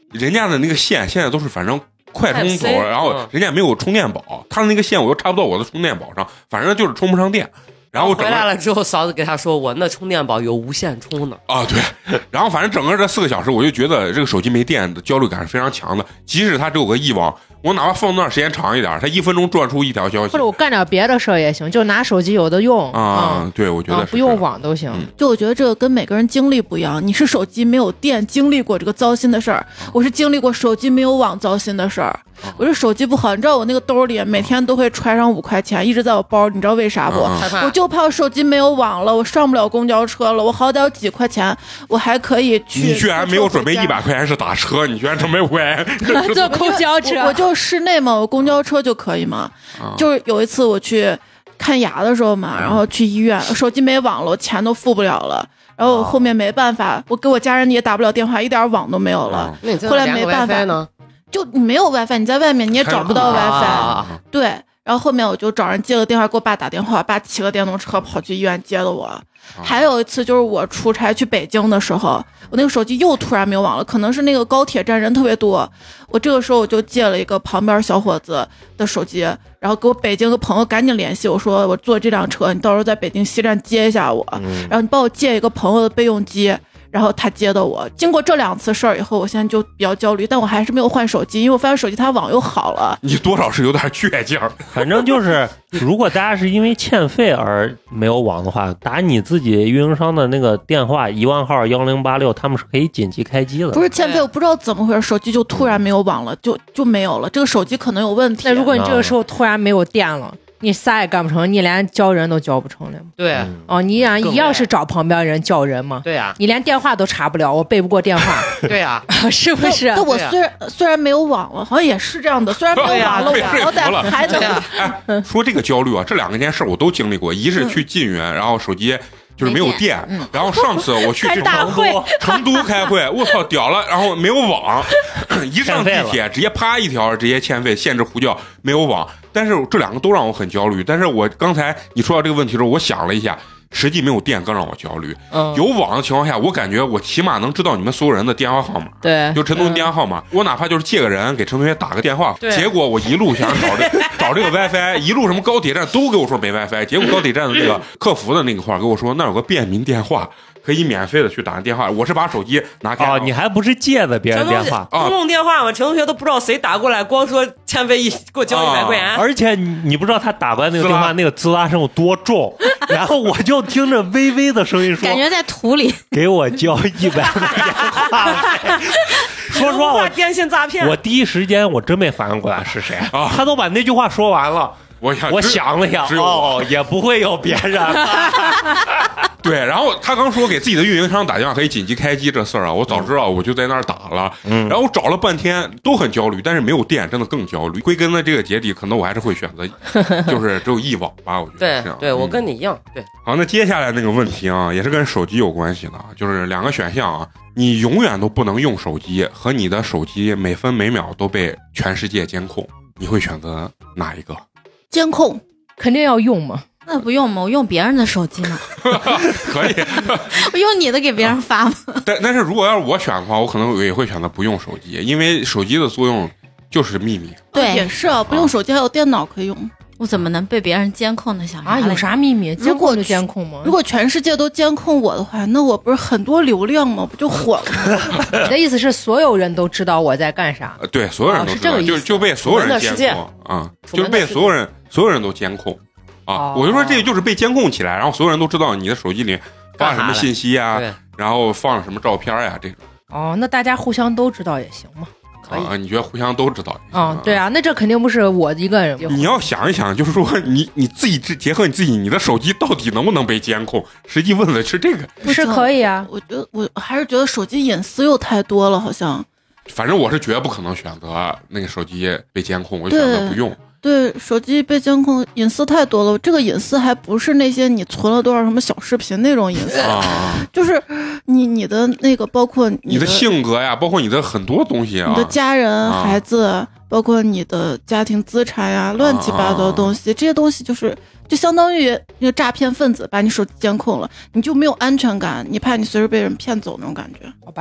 人家的那个线现在都是反正快充头，然后人家没有充电宝，他的那个线我又插不到我的充电宝上，反正就是充不上电。然后回来了之后，嫂子给他说：“我那充电宝有无线充的。” 啊，对。然后反正整个这四个小时，我就觉得这个手机没电的焦虑感是非常强的。即使它只有个一网，我哪怕放那儿时间长一点，它一分钟转出一条消息， 或者我干点别的事儿也行，就拿手机有的用啊、嗯。对，我觉得、 啊、不用网都行、 嗯。 就我觉得这个跟每个人经历不一样，你是手机没有电经历过这个糟心的事儿，我是经历过手机没有网糟心的事儿。我这手机不好，你知道我那个兜里每天都会揣上五块钱，一直在我包，你知道为啥不？ 嗯、 我就怕我手机没有网了，我上不了公交车了，我好歹有几块钱，我还可以去。 你居然没有准备一百块钱是打车，你居然准备五块钱坐公交车？ 我, 我就室内嘛，我公交车就可以嘛。嗯、就是有一次我去看牙的时候嘛，然后去医院，手机没网了，我钱都付不了了。然后后面没办法，我给我家人也打不了电话，一点网都没有了。 嗯、 后来没办法呢。 就你没有 WiFi， 你在外面你也找不到 WiFi，、啊、对。然后后面我就找人接个电话，给我爸打电话，我爸骑个电动车跑去医院接的我。啊、还有一次就是我出差去北京的时候，我那个手机又突然没有网了，可能是那个高铁站人特别多，我这个时候我就借了一个旁边小伙子的手机，然后给我北京的朋友赶紧联系，我说我坐这辆车，你到时候在北京西站接一下我，嗯、然后你帮我借一个朋友的备用机。然后他接的我，经过这两次事儿以后，我现在就比较焦虑，但我还是没有换手机，因为我发现手机它网又好了。 你多少是有点倔强。 反正就是，如果大家是因为欠费而没有网的话，打你自己运营商的那个电话一万号幺零八六，他们是可以紧急开机的。 不是欠费，我不知道怎么回事，手机就突然没有网了，就就没有了。这个手机可能有问题。 那如果你这个时候突然没有电了？你啥也干不成，你连叫人都叫不成了。 对， 嗯、 哦，你一样一样是找旁边人叫人嘛。 对呀、啊， 你连电话都查不了，我背不过电话。 对呀、 啊，是不是？ 那我虽然、啊、虽然没有网了，好像也是这样的。虽然没有网了，我好歹还得、 啊。哎，说这个焦虑啊，这两个件事我都经历过。一是去晋源，然后手机就是没有电， 嗯、 然后上次我去开大会， 成都开会，我操屌了，然后没有网，一上地铁直接啪一条直接欠费，限制呼叫，没有网。但是这两个都让我很焦虑。但是我刚才你说到这个问题的时候，我想了一下，实际没有电更让我焦虑。 嗯、 有网的情况下，我感觉我起码能知道你们所有人的电话号码。 对， 就陈同学电话号码，嗯、我哪怕就是借个人给陈同学打个电话，结果我一路想找这找这个 WiFi， 一路什么高铁站都给我说没 WiFi， 结果高铁站的那个客服的那个话给我说那有个便民电话。可以免费的去打电话，我是把手机拿开。 哦，你还不是借的别人电话？ 公共电话嘛，陈同学都不知道谁打过来，光说欠费一给我交一百块钱、啊。 而且你你不知道他打过来那个电话那个滋啦声有多重，然后我就听着微微的声音说， 感觉在土里， 给我交一百块钱话费。说实话，我电信诈骗， 我第一时间我真没反应过来是谁，啊、他都把那句话说完了。 我想， 我想了想，哦，也不会有别人。 对，然后他刚说给自己的运营商打电话可以紧急开机这事儿啊，我早知道我就在那儿打了。嗯，然后我找了半天都很焦虑，但是没有电真的更焦虑。归根的这个结底，可能我还是会选择就是只有一网吧。我觉得对这样。 对，我跟你一样。对， 好，那接下来那个问题啊，也是跟手机有关系的，就是两个选项啊，你永远都不能用手机，和你的手机每分每秒都被全世界监控，你会选择哪一个？ 监控肯定要用嘛。 那不用嘛，我用别人的手机嘛。 可以， 我用你的给别人发嘛。 但但是如果要是我选的话，我可能也会选择不用手机，因为手机的作用就是秘密。 对， 也是啊，不用手机还有电脑可以用。 我怎么能被别人监控呢？小啊，有啥秘密？监控就监控吗？ 如果全世界都监控我的话，那我不是很多流量吗？不就火了吗？ 你的意思是所有人都知道我在干啥？ 呃、对，所有人都知道，哦、就就被所有人监控啊、嗯，就是被所有人所有人都监控啊。哦、我就说这个就是被监控起来，然后所有人都知道你的手机里发什么信息呀、啊，然后放了什么照片呀、啊，这种。 哦，那大家互相都知道也行嘛。 啊，你觉得互相都知道？ 嗯，对啊，那这肯定不是我一个人。 你要想一想，就是说你你自己结合你自己，你的手机到底能不能被监控？实际问的是这个， 不是可以啊？ 我觉得我还是觉得手机隐私又太多了，好像。 反正我是绝不可能选择那个手机被监控，我就选择不用。 对，手机被监控，隐私太多了。这个隐私还不是那些你存了多少什么小视频那种隐私，啊、就是你你的那个，包括你 的, 你的性格呀，包括你的很多东西啊， 你的家人、啊、孩子，包括你的家庭资产呀，乱七八糟的东西，啊、这些东西就是就相当于那个诈骗分子把你手机监控了，你就没有安全感，你怕你随时被人骗走那种感觉。 好吧。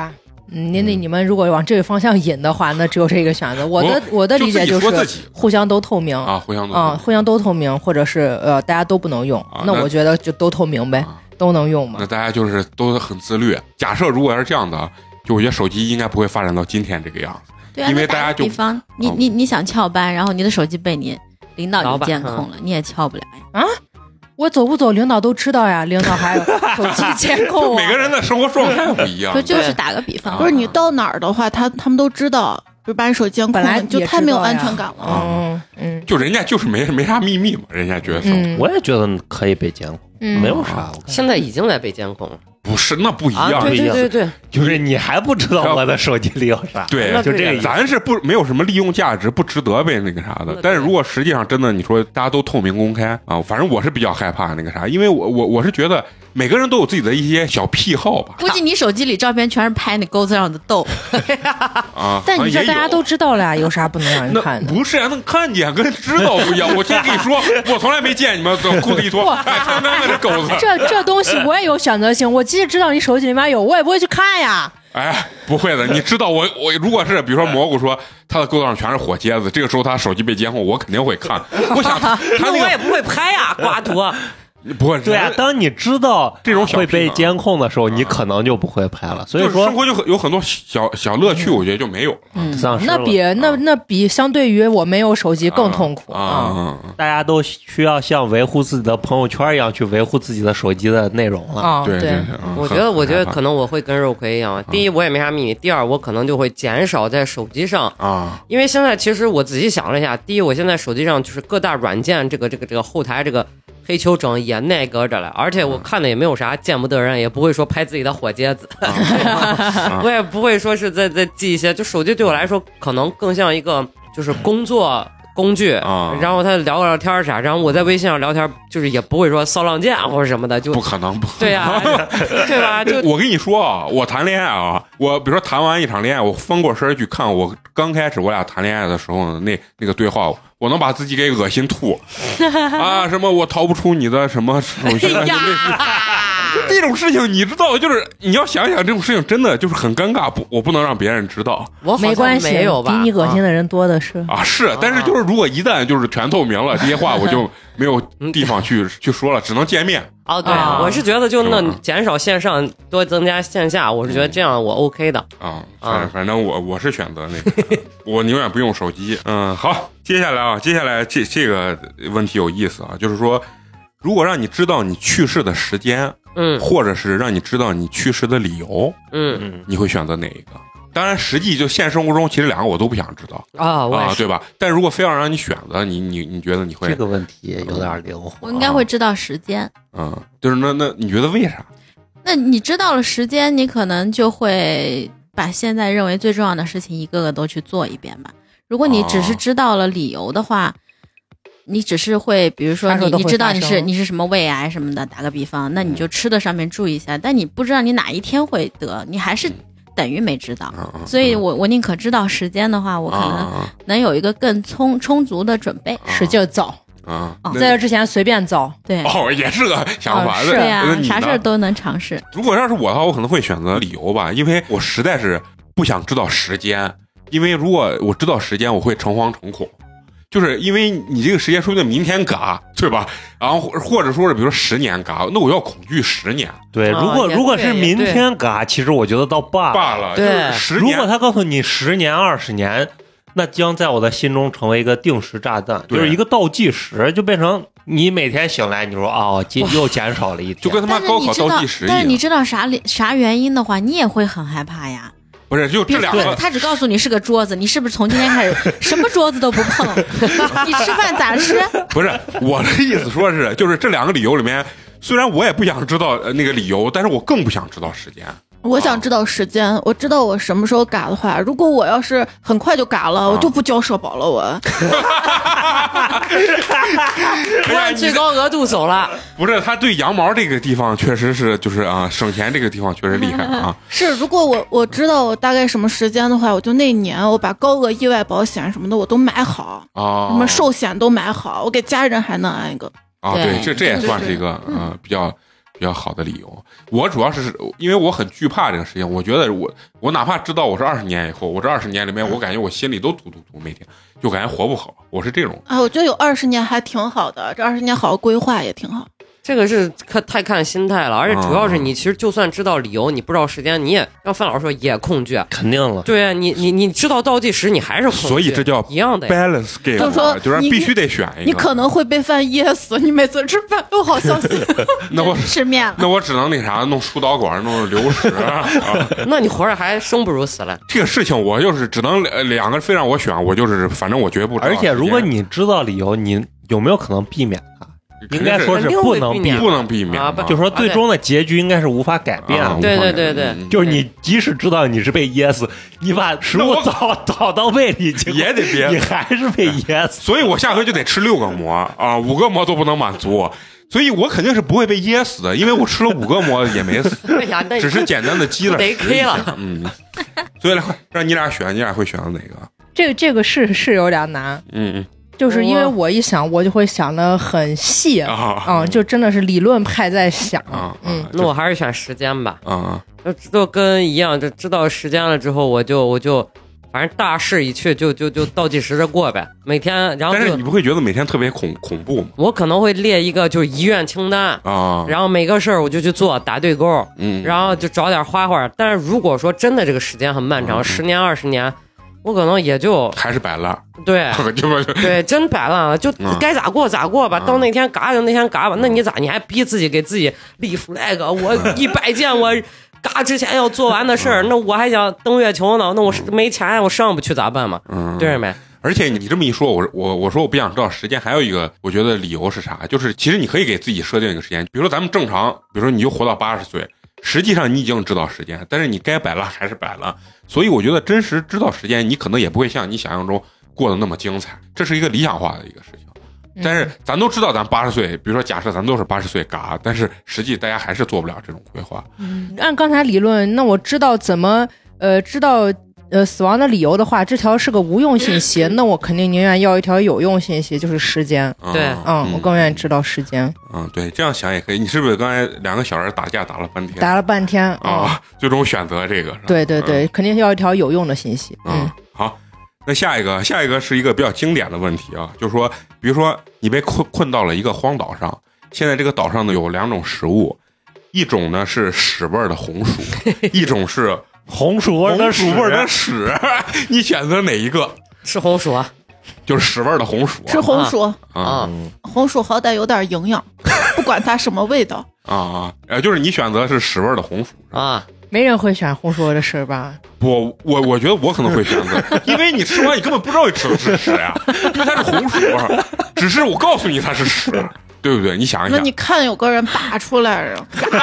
嗯，那那你们如果往这个方向引的话，那只有这个选择。我的我的理解就是互相都透明啊，互相都啊，互相都透明，或者是呃大家都不能用， 啊、 那我觉得就都透明呗，啊、都能用嘛。 那大家就是都很自律。假设如果要是这样的，就我觉得手机应该不会发展到今天这个样子。 对啊， 因为大家就比方你你你想翘班，然后你的手机被你领导给监控了，你也翘不了呀。 啊？我走不走，领导都知道呀。领导还有手机监控、啊， 每个人的生活状态不一样。 就就是打个比方， 不是你到哪儿的话，他他们都知道，比如把你手机监控， 本来就太没有安全感了。 嗯嗯， 就人家就是没没啥秘密嘛，人家觉得、 嗯、 我也觉得可以被监控， 嗯、 没有啥。 现在已经在被监控了。 不是，那不一样， 啊、对对对对， 就是你还不知道我的手机里有啥， 对， 就这个， 咱是不没有什么利用价值，不值得被那个啥的。但是如果实际上真的，你说大家都透明公开啊，反正我是比较害怕那个啥，因为我我我是觉得每个人都有自己的一些小癖好吧。 估计你手机里照片全是拍那钩子上的豆啊， 但你这大家都知道了呀，有啥不能让人看的？ 不是啊，能看见跟知道不一样。我今天跟你说，我从来没见你们裤子一脱，哎，看看这钩子。 这这东西我也有选择性，我即使知道你手机里面有，我也不会去看呀。 哎，不会的，你知道我我如果是比如说蘑菇说他的钩子上全是火疖子，这个时候他手机被监控，我肯定会看。我想他那个我也不会拍呀，刮图。 不会， 对啊，当你知道这种会被监控的时候，你可能就不会拍了。所以说， 生活就有很多小小乐趣，我觉得就没有了。 嗯，那比那那比相对于我没有手机更痛苦啊！ 大家都需要像维护自己的朋友圈一样去维护自己的手机的内容了。 啊， 对对， 我觉得我觉得可能我会跟肉葵一样，第一我也没啥秘密，第二我可能就会减少在手机上啊， 因为现在其实我仔细想了一下，第一我现在手机上就是各大软件这个这个这个后台这个。黑球整也那个着了，而且我看的也没有啥见不得人，也不会说拍自己的火疖子，啊、我也不会说是在在记一些，就手机对我来说可能更像一个就是工作工具， 啊、 然后他聊聊天啥，然后我在微信上聊天，就是也不会说骚浪贱或者什么的，就不可能不对呀、啊，对吧？就我跟你说啊，我谈恋爱啊，我比如说谈完一场恋爱，我翻过身去看我刚开始我俩谈恋爱的时候那那个对话。我能把自己给恶心吐啊！什么我逃不出你的什么手心啊？就这种事情，你知道，就是你要想想这种事情，真的就是很尴尬。不，我不能让别人知道。 我没关系， 没有吧？ 比你恶心的人多的是啊。是，但是就是如果一旦就是全透明了，这些话我就没有地方去去说了，只能见面。 哦，对，啊、我是觉得就那减少线上，多增加线下，我是觉得这样我 OK 的啊。反正反正我我是选择那个，我宁愿不用手机。嗯，好，接下来啊，接下来这这个问题有意思啊，就是说，如果让你知道你去世的时间， 嗯， 或者是让你知道你去世的理由， 嗯， 你会选择哪一个？当然，实际就现实生活中，其实两个我都不想知道啊， 啊，对吧？但如果非要让你选择，你你你觉得你会这个问题有点灵活？ 我应该会知道时间。 嗯，就是那那你觉得为啥？ 那你知道了时间，你可能就会把现在认为最重要的事情一个个都去做一遍吧。如果你只是知道了理由的话，哦、你只是会，比如说你你知道你是你是什么胃癌什么的，打个比方，那你就吃的上面注意一下，但你不知道你哪一天会得，你还是。等于没知道，所以我我宁可知道时间的话，我可能能有一个更充充足的准备， 使劲造啊！ 在这之前随便造， 对哦，也是个想法， 是呀，啥事都能尝试。 如果要是我的话，我可能会选择理由吧，因为我实在是不想知道时间，因为如果我知道时间，我会诚惶诚恐。就是因为你这个时间说不定明天嘎，对吧？然后或者说是比如说十年嘎，那我要恐惧十年。 对，如果、哦、如果是明天嘎，其实我觉得倒罢了。 罢了， 对。 十年如果他告诉你十年、二十年，那将在我的心中成为一个定时炸弹，就是一个倒计时，就变成你每天醒来，你说哦，今又减少了一天， 就跟他妈高考倒计时一样。 但是你知道啥啥原因的话，你也会很害怕呀。 不是，就这两个， 他只告诉你是个桌子，你是不是从今天开始什么桌子都不碰？你吃饭咋吃？ 不是我的意思，说是就是这两个理由里面，虽然我也不想知道那个理由，但是我更不想知道时间。 我想知道时间，我知道我什么时候嘎的话，如果我要是很快就嘎了，啊、我就不交社保了。我， 不按最高额度走了。 不是，他对羊毛这个地方确实是，就是啊，省钱这个地方确实厉害啊。 是，如果我我知道我大概什么时间的话，我就那年我把高额意外保险什么的我都买好， 啊， 什么寿险都买好，我给家人还能安一个。 啊，对，这这也算是一个嗯、呃、比较。 比较好的理由。我主要是因为我很惧怕这个事情，我觉得我我哪怕知道我是二十年以后，我这二十年里面，我感觉我心里都突突突，每天就感觉活不好，我是这种。 啊，我觉得有二十年还挺好的，这二十年好好规划也挺好。 这个是看太看心态了，而且主要是你其实就算知道理由，你不知道时间，你也让范老师说也恐惧， 肯定了。 对啊，你你你知道倒计时，你还是恐惧， 所以这叫一样的 balance game， 就是说就是必须得选一个。 你可能会被饭噎死，你每次吃饭都好小心。 那我吃面了， 那我只能那啥，弄输导管，弄流食啊。 那你活着还生不如死了。 这个事情我就是只能两个非让我选，我就是反正我绝不知道。 而且如果你知道理由，你有没有可能避免它？应该说是不能避， 不能避免啊！ 就是说最终的结局应该是无法改变的。 对对对对， 就是你即使知道你是被噎死，你把食物倒倒到胃里也得憋， 你还是被噎死。 所以我下回就得吃六个馍啊，五个馍都不能满足。所以我肯定是不会被噎死的，因为我吃了五个馍也没死，只是简单的积了得 K 了。 嗯，所以来让你俩选，你俩会选择哪个？ 这个这个是是有点难。 嗯嗯。 就是因为我一想，我就会想的很细啊、嗯，就真的是理论派在想。 啊、 嗯， 那我还是选时间吧。 啊， 就就跟一样，就知道时间了之后，我就我就反正大势已去，就就就倒计时着过呗。每天，然后但是你不会觉得每天特别恐恐怖吗？ 我可能会列一个就是遗愿清单啊， 然后每个事儿我就去做，打对勾， 嗯， 然后就找点花花。但是如果说真的这个时间很漫长，十、嗯、年二十年。我可能也就还是摆烂， 对，对，真摆烂了，就该咋过咋过吧。嗯、到那天嘎就那天嘎吧，那你咋你还逼自己给自己立 flag？我一百件我嘎之前要做完的事儿，嗯、那我还想登月球呢，那我没钱，我上不去咋办嘛？嗯，对没？ 而且你这么一说，我我我说我不想知道时间，还有一个我觉得理由是啥？就是其实你可以给自己设定一个时间，比如说咱们正常，比如说你就活到八十岁。实际上你已经知道时间，但是你该摆烂还是摆烂，所以我觉得真实知道时间，你可能也不会像你想象中过得那么精彩，这是一个理想化的一个事情。但是咱都知道咱八十岁，比如说假设咱都是八十岁嘎，但是实际大家还是做不了这种规划。 嗯，按刚才理论，那我知道怎么呃知道呃死亡的理由的话，这条是个无用信息，那我肯定宁愿要一条有用信息，就是时间。 对， 嗯，我更愿意知道时间。 嗯，对，这样想也可以。你是不是刚才两个小人打架打了半天？ 打了半天啊、 哦，最终选择这个。 对对对、嗯，肯定要一条有用的信息。嗯， 嗯好，那下一个，下一个是一个比较经典的问题啊，就是说，比如说你被困困到了一个荒岛上，现在这个岛上呢有两种食物，一种呢是屎味的红薯，一种是红薯味的屎，味的屎，你选择哪一个？ 是红薯啊。 就是屎味的红薯、啊， 是红薯啊、 嗯，红薯好歹有点营养，不管它什么味道啊啊！就是你选择是屎味的红薯啊， 没人会选红薯的屎吧？ 不，我我觉得我可能会选择，因为你吃完你根本不知道你吃的是屎呀，因为它是红薯味，只是我告诉你它是屎，对不对？你想一想， 那你看有个人拔出来了。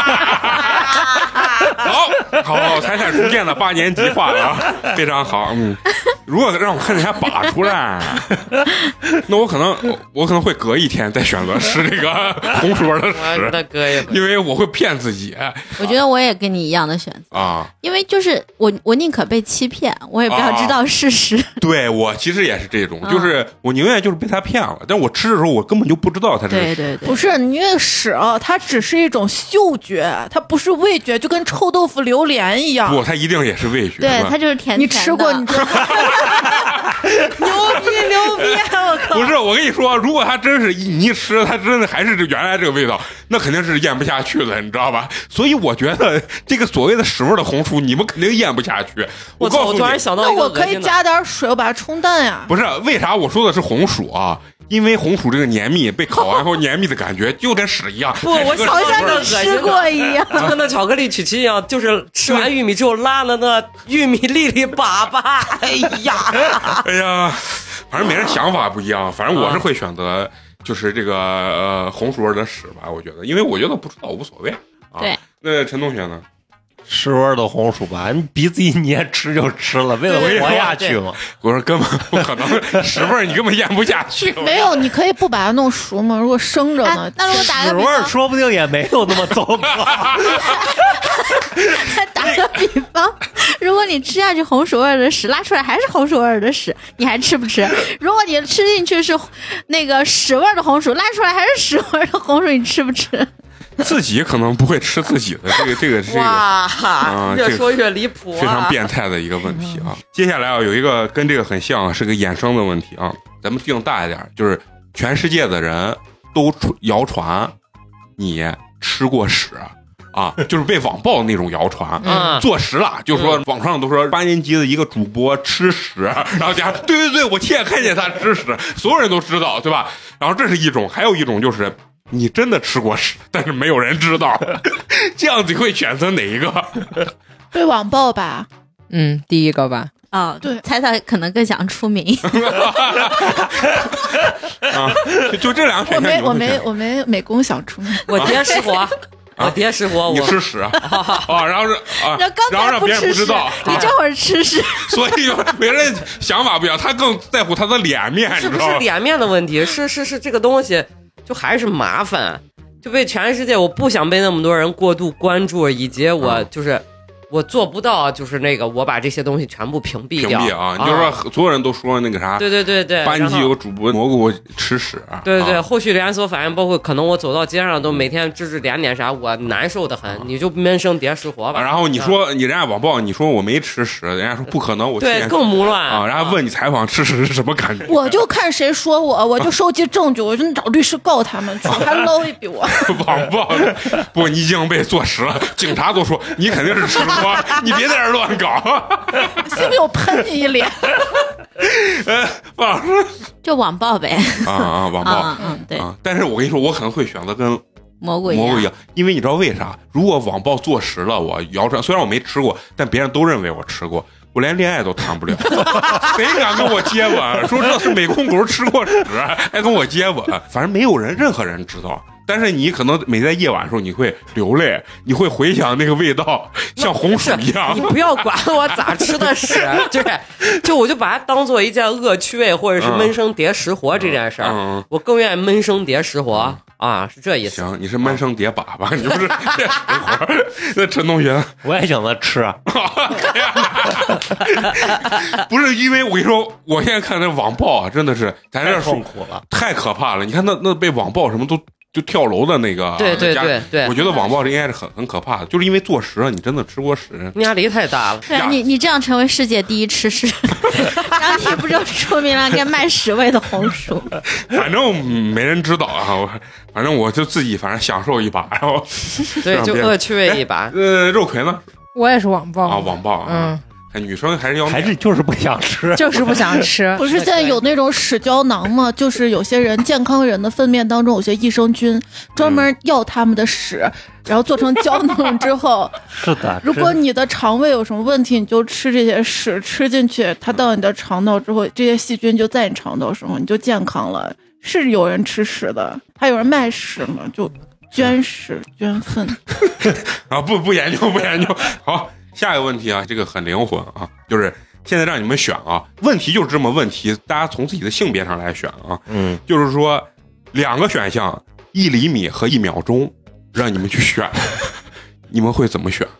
好好，彩彩逐渐的八年级化了啊，非常好。嗯，如果让我看见他拔出来，那我可能我可能会隔一天再选择吃这个红薯味的屎，因为我会骗自己。 我觉得我也跟你一样的选择啊， 因为就是我我宁可被欺骗，我也不要知道事实。啊、 对我其实也是这种，就是我宁愿就是被他骗了，但我吃的时候我根本就不知道它是屎。 对对对， 不是你那个屎啊，它只是一种嗅觉，它不是味觉，就跟臭豆腐、榴莲一样。 不，它一定也是味觉。 对，它就是甜甜的。 你吃过？你知道？牛逼牛逼！我靠！ 不是，我跟你说，如果它真是你一吃，它真的还是原来这个味道，那肯定是咽不下去的，你知道吧？所以我觉得这个所谓的屎味的红薯，你们肯定咽不下去。 我告诉你， 突然想到一个， 那我可以加点水，我把它冲淡呀。 不是，为啥我说的是红薯啊？因为红薯这个黏蜜被烤完后黏蜜的感觉就跟屎一样。 不，我好像你吃过一样， 就跟那巧克力曲奇一样，就是吃完玉米之后拉的那玉米粒粒粑粑。哎呀， 哎呀，反正每人想法不一样，反正我是会选择就是这个呃红薯味的屎吧，我觉得，因为我觉得不知道无所谓啊。 对， 那陈同学呢？ 屎味的红薯吧，你鼻子一捏吃就吃了，为了活下去嘛。 我说根本不可能，屎味你根本咽不下去。 没有，你可以不把它弄熟吗？如果生着呢？ 哎、那如果打个比方，屎味说不定也没有那么糟糕。 打个比方，如果你吃下去红薯味的屎，拉出来还是红薯味的屎，你还吃不吃？如果你吃进去是那个屎味的红薯，拉出来还是屎味的红薯，你吃不吃？ 自己可能不会吃自己的，这个这个是这个哇， 啊越说越离谱、啊， 非常变态的一个问题啊。接下来啊，有一个跟这个很像，是个衍生的问题啊。咱们定大一点，就是全世界的人都谣传你吃过屎啊，就是被网暴那种谣传， 嗯， 坐实了，就说网上都说八年级的一个主播吃屎，然后加对对对，我亲眼看见他吃屎，所有人都知道，对吧？然后这是一种，还有一种就是你真的吃过屎，但是没有人知道，这样子会选择哪一个？ 被网暴吧？ 嗯，第一个吧。 哦， 对， 猜猜可能更想出名。 啊，就就这两个选项， 我没我没我没美工想出名， 我爹吃活。我爹吃活， 你吃屎啊！然后是啊，然后让别人不知道， 你这会儿吃屎， 所以别人想法不一样，他更在乎他的脸面， 是不是脸面的问题？是是是，这个东西就还是麻烦，就被全世界，我不想被那么多人过度关注，以及我就是。我做不到，就是那个我把这些东西全部屏蔽掉。 屏蔽啊！你就说所有人都说那个啥， 对对对对， 班级有主播蘑菇吃屎， 对对对，后续连锁反应，包括可能我走到街上都每天指指点点啥，我难受的很。你就闷声叠实活吧。 然后你说你人家网暴，你说我没吃屎，人家说不可能，我对更胡乱啊！然后问你采访吃屎是什么感觉？ 我就看谁说我，我就收集证据，我就找律师告他们去，还捞一笔我。 网暴不，你已经被坐实了，警察都说你肯定是吃过，你别在这乱搞， 信不信我喷你一脸？ 呃，网上就网暴呗。 啊啊，网暴， 嗯嗯，对。 啊，但是我跟你说，我可能会选择跟蘑菇蘑菇一样，因为你知道为啥？如果网暴坐实了，我谣传，虽然我没吃过，但别人都认为我吃过，我连恋爱都谈不了。谁敢跟我接吻？说这是美工狗吃过屎，还跟我接吻？反正没有人，任何人知道。但是你可能每在夜晚的时候，你会流泪，你会回想那个味道，像红薯一样。 你不要管我咋吃的屎，就是就我就把它当做一件恶趣味，或者是闷声叠实活这件事儿、嗯嗯，我更愿意闷声叠实活、嗯、啊，是这意思。 行，你是闷声叠粑粑，你不是叠实活。那陈同学， 我也想着吃啊。 不是因为我跟你说，我现在看那网暴啊，真的是咱这痛苦了， 太可怕了。你看那那被网暴什么都。就跳楼的那个， 对对对对， 我觉得网暴这应该是很很可怕的，就是因为坐实了，你真的吃过屎， 压力太大了。 对啊，你你这样成为世界第一吃屎，然后你不就出名了，跟卖屎味的红薯？ 反正没人知道啊，我反正我就自己反正享受一把，然后对，就恶趣味一把。 呃，肉葵呢？ 我也是网暴啊，网暴啊，嗯。女生还是要还是就是不想吃， 就是不想吃。 不是现在有那种屎胶囊吗？就是有些人健康人的粪便当中有些益生菌，专门要他们的屎，嗯、然后做成胶囊之后， 是的。 如果你的肠胃有什么问题，你就吃这些屎，吃进去，它到你的肠道之后，这些细菌就在你肠道时候，你就健康了。是有人吃屎的，还有人卖屎嘛，就捐屎捐粪。 啊，不不研究不研究，好。下一个问题啊，这个很灵魂啊，就是现在让你们选啊，问题就是这么问题，大家从自己的性别上来选啊， 嗯， 就是说两个选项，一厘米和一秒钟，让你们去选，你们会怎么选？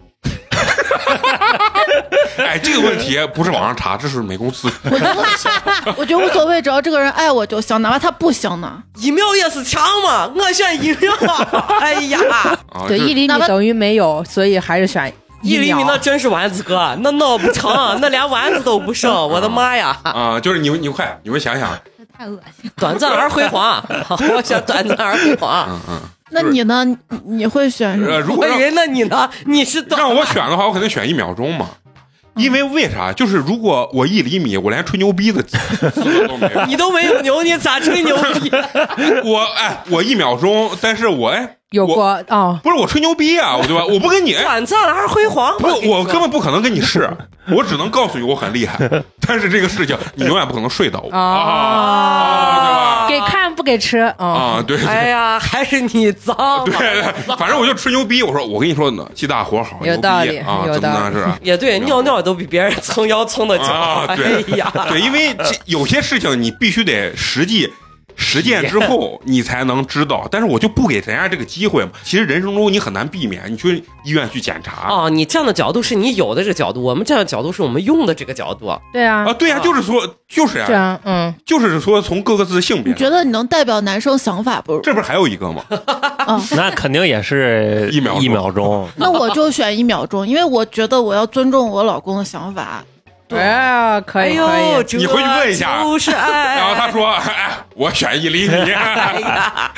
哎，这个问题不是网上查，这是美工自。 我觉得，我觉得无所谓，只要这个人爱我就行，哪怕他不行呢。 一秒也是强嘛，我选一秒。哎呀， 对，一厘米等于没有，所以还是选。 一厘米那真是丸子哥，那脑不长，那连丸子都不剩，我的妈呀！ 啊，就是你们，你们快，你们想想， 这太恶心， 短暂而辉煌，我想短暂而辉煌。 嗯嗯， 那你呢？你会选什么？ 呃，如果我以为那你呢？你是让我选的话，我肯定选一秒钟嘛。因为为啥？就是如果我一厘米，我连吹牛逼的资格都没有。 你都没有牛，你咋吹牛逼？ 我哎，我一秒钟，但是我哎。 有过啊、哦， 不是我吹牛逼啊，我对吧？我不跟你短暂而辉煌， 不，我根本不可能跟你试，我只能告诉你我很厉害，但是这个事情你永远不可能睡倒我啊， 啊对吧？给看不给吃啊、哦， 啊，对， 哎呀，还是你脏， 对，反正我就吹牛逼，我说我跟你说呢，气大活好， 有道理啊， 有道理， 是吧？ 也对，尿尿都比别人蹭腰蹭的强， 啊，对哎呀， 对，因为这有些事情你必须得实际。 实践之后你才能知道，但是我就不给人家这个机会嘛。其实人生中你很难避免，你去医院去检查。 哦，你这样的角度是你有的这个角度，我们这样的角度是我们用的这个角度。 对啊， 啊，对啊，就是说，就是这呀、 样，嗯， 就是说从各个自的性别你，觉得你能代表男生想法不？ 这不是还有一个吗？ 啊， 那肯定也是一秒钟一秒钟。 那我就选一秒钟，因为我觉得我要尊重我老公的想法。 哎呀，可以可哎呦， 以， 你回去问一下就是爱。 然后他说：“哎，我选一厘米。 哎呀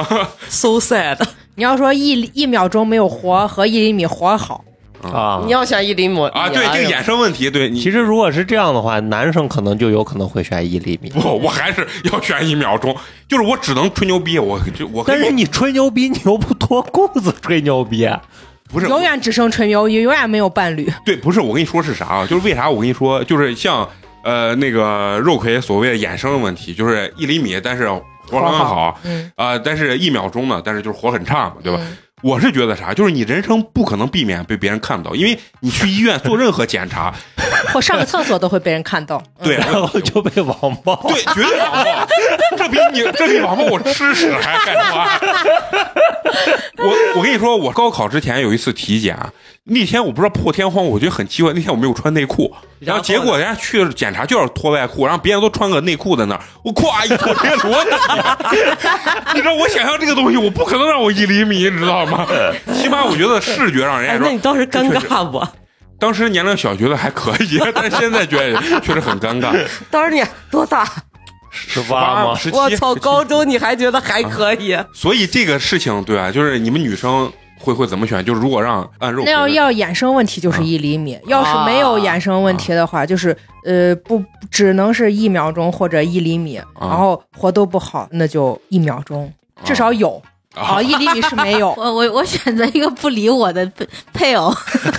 ，so sad。 你要说一一秒钟没有活和一厘米活好， 啊你，要选一厘米啊，对这个衍生问题，对你其实如果是这样的话，男生可能就有可能会选一厘米。 不，我还是要选一秒钟，就是我只能吹牛逼，我就我可以但是你吹牛逼，你又不脱裤子吹牛逼， 不是永远只剩吹牛，永远没有伴侣。 对，不是我跟你说是啥啊？就是为啥我跟你说，就是像呃那个肉葵所谓的衍生的问题，就是一厘米，但是活很好， 嗯啊、但是一秒钟呢，但是就是活很差嘛，对吧？ 嗯我是觉得啥，就是你人生不可能避免被别人看到，因为你去医院做任何检查， 或上个厕所都会被人看到。 对， 然后就被网暴。 对，绝对网暴，这比你这比网暴我吃屎还害怕。我我跟你说，我高考之前有一次体检，那天我不知道破天荒，我觉得很奇怪，那天我没有穿内裤，然后结果人家去检查就是脱外裤，然后别人都穿个内裤在那儿，我咵一脱，这裸体，你知道我想象这个东西，我不可能让我一厘米，你知道吗？起码我觉得视觉让人哎， 家说， 那你当时尴尬不？ 当时年龄小觉得还可以，但是现在觉得确实很尴尬。 当时你多大？ 十八吗？ 十七， 我操， 17 高中你还觉得还可以？ 所以这个事情，对吧？就是你们女生会会怎么选？就是如果让按肉葵的， 那要要衍生问题就是一厘米，要是没有衍生问题的话，就是呃不只能是一秒钟或者一厘米，然后活都不好，那就一秒钟，至少有。哦，一厘米是没有。 我我我选择一个不理我的配配偶，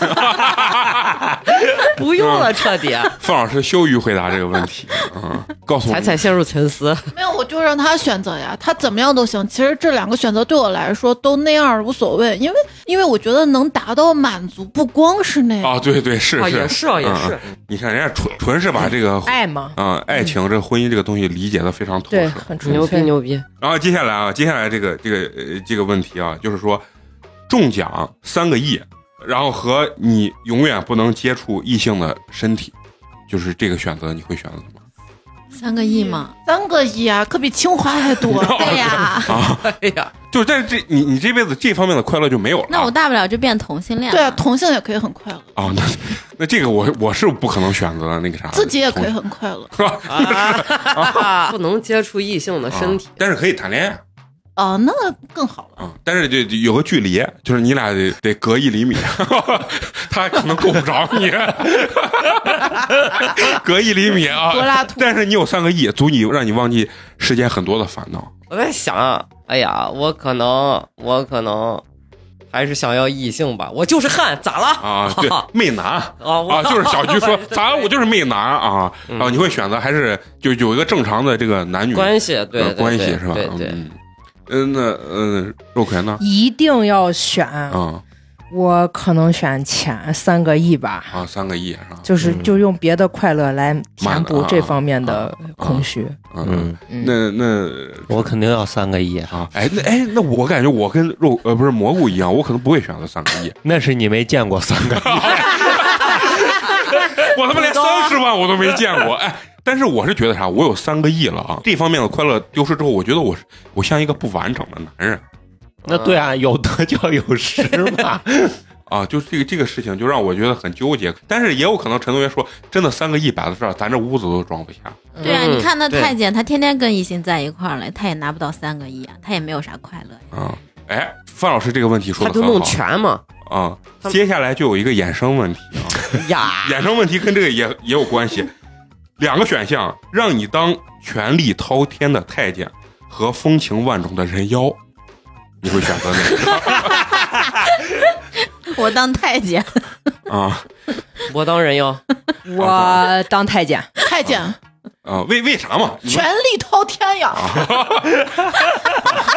不用了，彻底。 范老师羞于回答这个问题，嗯，告诉我彩彩陷入沉思。 没有，我就让他选择呀，他怎么样都行。其实这两个选择对我来说都那样无所谓，因为因为我觉得能达到满足，不光是那样。 啊，对对是啊， 是也是啊，也嗯是。 你看人家纯纯是把这个爱嘛， 嗯爱情这个婚姻这个东西理解的非常透对， 彻。 很纯牛逼粹。 牛逼！ 然后接下来啊，接下来这个这个呃这个问题啊，就是说中奖三个亿，然后和你永远不能接触异性的身体，就是这个选择，你会选择什么？ 三个亿嘛， 三个亿啊，可比清华还多。 对呀， 啊， 哎呀， 就是但是这你你这辈子这方面的快乐就没有了啊。 那我大不了就变同性恋了。 对啊，同性也可以很快乐， 啊，那那这个我我是不可能选择那个啥， 自己也可以很快乐。 是吧？ 不能接触异性的身体啊，但是可以谈恋爱哦，那更好了。 啊，但是就就有个距离，就是你俩得得隔一厘米，他可能够不着你，隔一厘米啊柏拉图。 但是你有三个亿，足以让你忘记世间很多的烦恼。 我在想，哎呀，我可能，我可能还是想要异性吧。我就是汉，咋了？ 啊，对，媚男啊，我啊，就是小菊说，咋了？我就是媚男啊啊！你会选择还是就有一个正常的这个男女关系，对呃对对关系是吧？ 对对， 嗯，嗯，那嗯，肉葵呢？ 一定要选， 啊我可能选钱三个亿吧， 啊，三个亿是吧？ 就是就用别的快乐来填补满这方面的空虚。 嗯， 嗯那那我肯定要三个亿， 啊，哎，那哎，那我感觉我跟肉呃不是蘑菇一样，我可能不会选择三个亿， 那是你没见过三个亿。 我他妈连三十万我都没见过，哎。但是我是觉得啥，我有三个亿了啊，这方面的快乐丢失之后，我觉得我是我像一个不完整的男人那对啊，有得就要有失嘛。 啊，就这个这个事情就让我觉得很纠结。但是也有可能陈同学说，真的三个亿摆在这儿，咱这屋子都装不下。 对啊， 嗯你看那对太监，他天天跟异性在一块儿了，他也拿不到三个亿啊，他也没有啥快乐呀。 啊，哎，范老师这个问题说他就弄的很好全嘛。 啊。接下来就有一个衍生问题啊， 呀， 衍生问题跟这个也也有关系。两个选项，让你当权力滔天的太监和风情万种的人妖，你会选择哪个？ 我当太监， 啊我当人妖， 我当太监， 太监， 啊，为为啥嘛？你们权力滔天呀！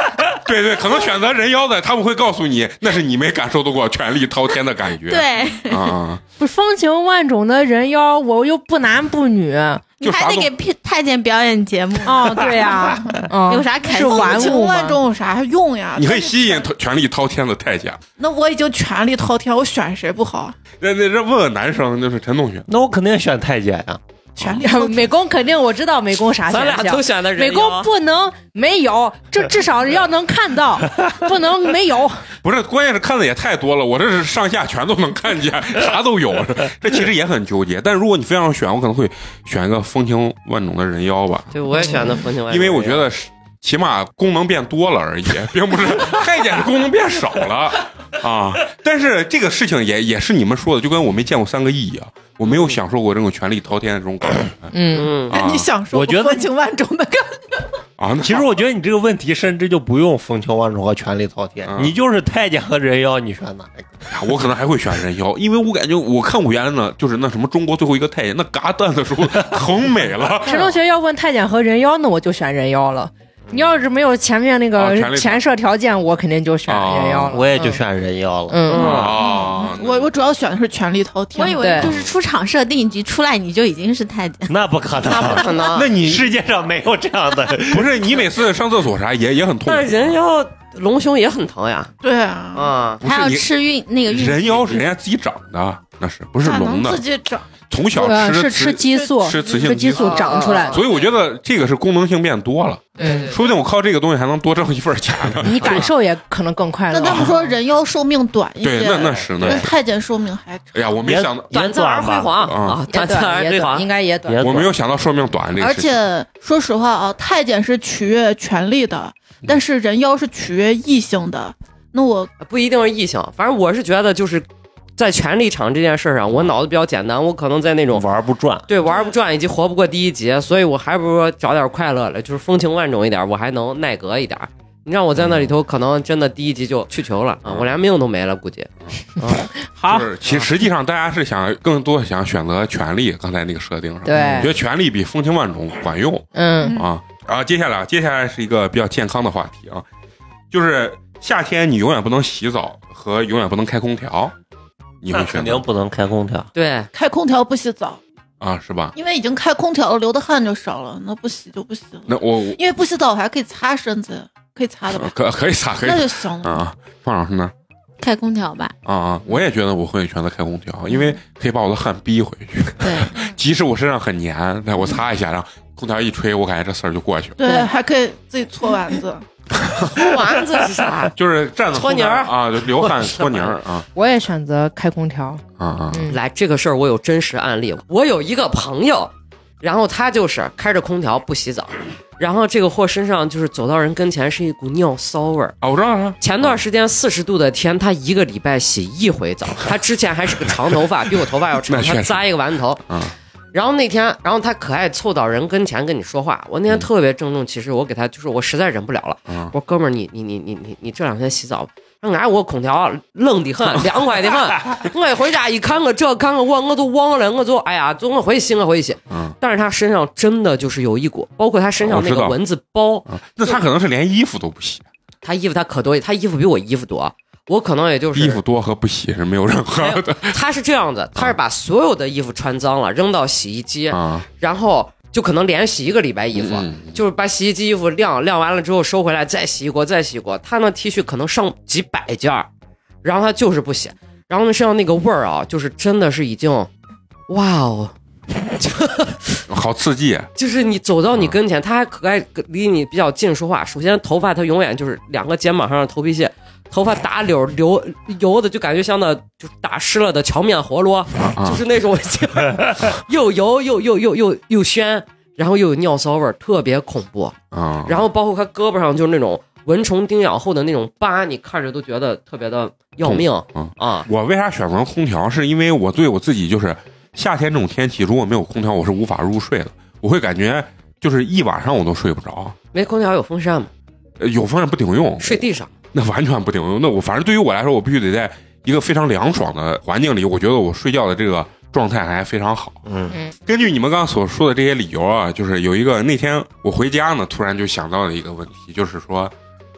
对对，可能选择人妖的，他们会告诉你，那是你没感受到过权力滔天的感觉。 对， 啊， 不是风情万种的人妖，我又不男不女。 你还得给太监表演节目哦，对呀，嗯， 有啥开是玩情物万种有啥用呀？ 你可以吸引权力滔天的太监。 那我已经权力滔天，我选谁不好？ 那那这问问男生，就是陈同学， 那我肯定选太监呀。 权力美工肯定我知道美工啥选项， 咱俩都选的人妖， 美工不能没有，这至少要能看到，不能没有。 不是，关键是看的也太多了，我这是上下全都能看见，啥都有，这其实也很纠结。但如果你非让选，我可能会选一个风情万种的人妖吧。 对，我也选的风情万种， 因为我觉得起码功能变多了而已，并不是太监的功能变少了啊。但是这个事情也也是你们说的，就跟我没见过三个亿一样，我没有享受过这种权力滔天的这种感觉。 嗯， 啊、 你享受我觉得风情万种的感觉啊？ 其实我觉得你这个问题甚至就不用风情万种和权力滔天， 嗯、 你就是太监和人妖，你选哪一个？ 我可能还会选人妖，因为我感觉我看五原呢，就是那什么中国最后一个太监，那嘎蛋的时候可美了。 陈同学要问太监和人妖，那我就选人妖了。你要是没有前面那个前设条件，我肯定就选人妖了。 我也就选人妖了。 嗯啊， 我我主要选的是权力滔天。 我以为就是出场设定一出来你就已经是太监， 那不可能， 那不可能。 那你世界上没有这样的。 不是你每次上厕所啥也也很痛苦。 但是人妖隆胸也很疼呀。 对啊， 啊， 还要吃运那个运。 人妖是人家自己长的，那是不是龙的？ 自己长。 从小吃是吃激素， 吃雌性激素长出来的， 所以我觉得这个是功能性变多了。 嗯， 说不定我靠这个东西还能多挣一份钱呢。 你感受也可能更快乐。 那他们说人妖寿命短一些， 对，那那是那是太监寿命还长。 哎呀，我没想到短暂而辉煌啊，短暂而辉煌， 应该也短。 我没有想到寿命短这个。 而且说实话啊，太监是取悦权力的，但是人妖是取悦异性的。那我不一定是异性，反正我是觉得就是在权力场这件事上，我脑子比较简单，我可能在那种玩不转， 对玩不转以及活不过第一集，所以我还不如说找点快乐了，就是风情万种一点，我还能耐格一点。你让我在那里头，可能真的第一集就去球了啊，我连命都没了，估计。 嗯，好，其实际上大家是想更多想选择权力，刚才那个设定上， 对， 觉得权力比风情万种管用。 嗯啊，然后接下来接下来是一个比较健康的话题啊，就是夏天你永远不能洗澡和永远不能开空调。你会肯定不能开空调， 对， 开空调不洗澡啊，是吧？ 因为已经开空调了，流的汗就少了，那不洗就不洗了。 那我因为不洗澡还可以擦身子，可以擦的吧？ 可可以擦，可以那就行了啊。方老师呢？ 开空调吧。 啊啊，我也觉得我会选择开空调，因为可以把我的汗逼回去。 对， 即使我身上很黏，但我擦一下，然后空调一吹，我感觉这事儿就过去了。 对，还可以自己搓丸子。 搓丸子是啥？ 就是站着搓泥儿啊，就流汗搓泥儿啊。 我也选择开空调。 啊啊！ 嗯、 来，这个事儿我有真实案例。我有一个朋友，然后他就是开着空调不洗澡，然后这个货身上就是走到人跟前是一股尿骚味儿。 啊，我知道啊。 前段时间四十度的天，他一个礼拜洗一回澡。他之前还是个长头发，比我头发要长，他扎一个丸头。 嗯。 然后那天，然后他可爱凑到人跟前跟你说话。我那天特别郑重其事，我给他就是我实在忍不了了。 嗯、 我说哥们儿，你你你你你你这两天洗澡，俺我空调冷的很，凉快的很。我一回家一看个这看个我，我都忘了，我就哎呀，总我回去洗我回去洗。 嗯。 但是他身上真的就是有一股，包括他身上那个蚊子包。 嗯、那他可能是连衣服都不洗。 他衣服他可多，他衣服比我衣服多。我可能也就是衣服多和不洗是没有任何的。 他是这样子，他是把所有的衣服穿脏了扔到洗衣机， 啊、 然后就可能连洗一个礼拜衣服， 嗯、 就是把洗衣机衣服晾晾完了之后收回来再洗过再洗过。他那 T 恤可能上几百件，然后他就是不洗，然后那身上那个味儿啊，就是真的是已经，哇哦。 好刺激！ 就是你走到你跟前，他还可爱离你比较近说话。首先，头发他永远就是两个肩膀上的头皮屑，头发打绺流油的，就感觉像那就打湿了的荞面活络， 啊、 就是那种又油又又又又又鲜，然后又有尿骚味，特别恐怖。 啊、 然后包括他胳膊上就是那种蚊虫叮咬后的那种疤，你看着都觉得特别的要命啊啊！ 我为啥选择空调？是因为我对我自己就是夏天这种天气，如果没有空调，我是无法入睡的。我会感觉就是一晚上我都睡不着。 没空调有风扇吗？ 呃、有风扇不顶用， 睡地上。 那完全不顶用。那我反正对于我来说，我必须得在一个非常凉爽的环境里，我觉得我睡觉的这个状态还非常好。 嗯， 根据你们刚刚所说的这些理由啊，就是有一个那天我回家呢，突然就想到了一个问题，就是说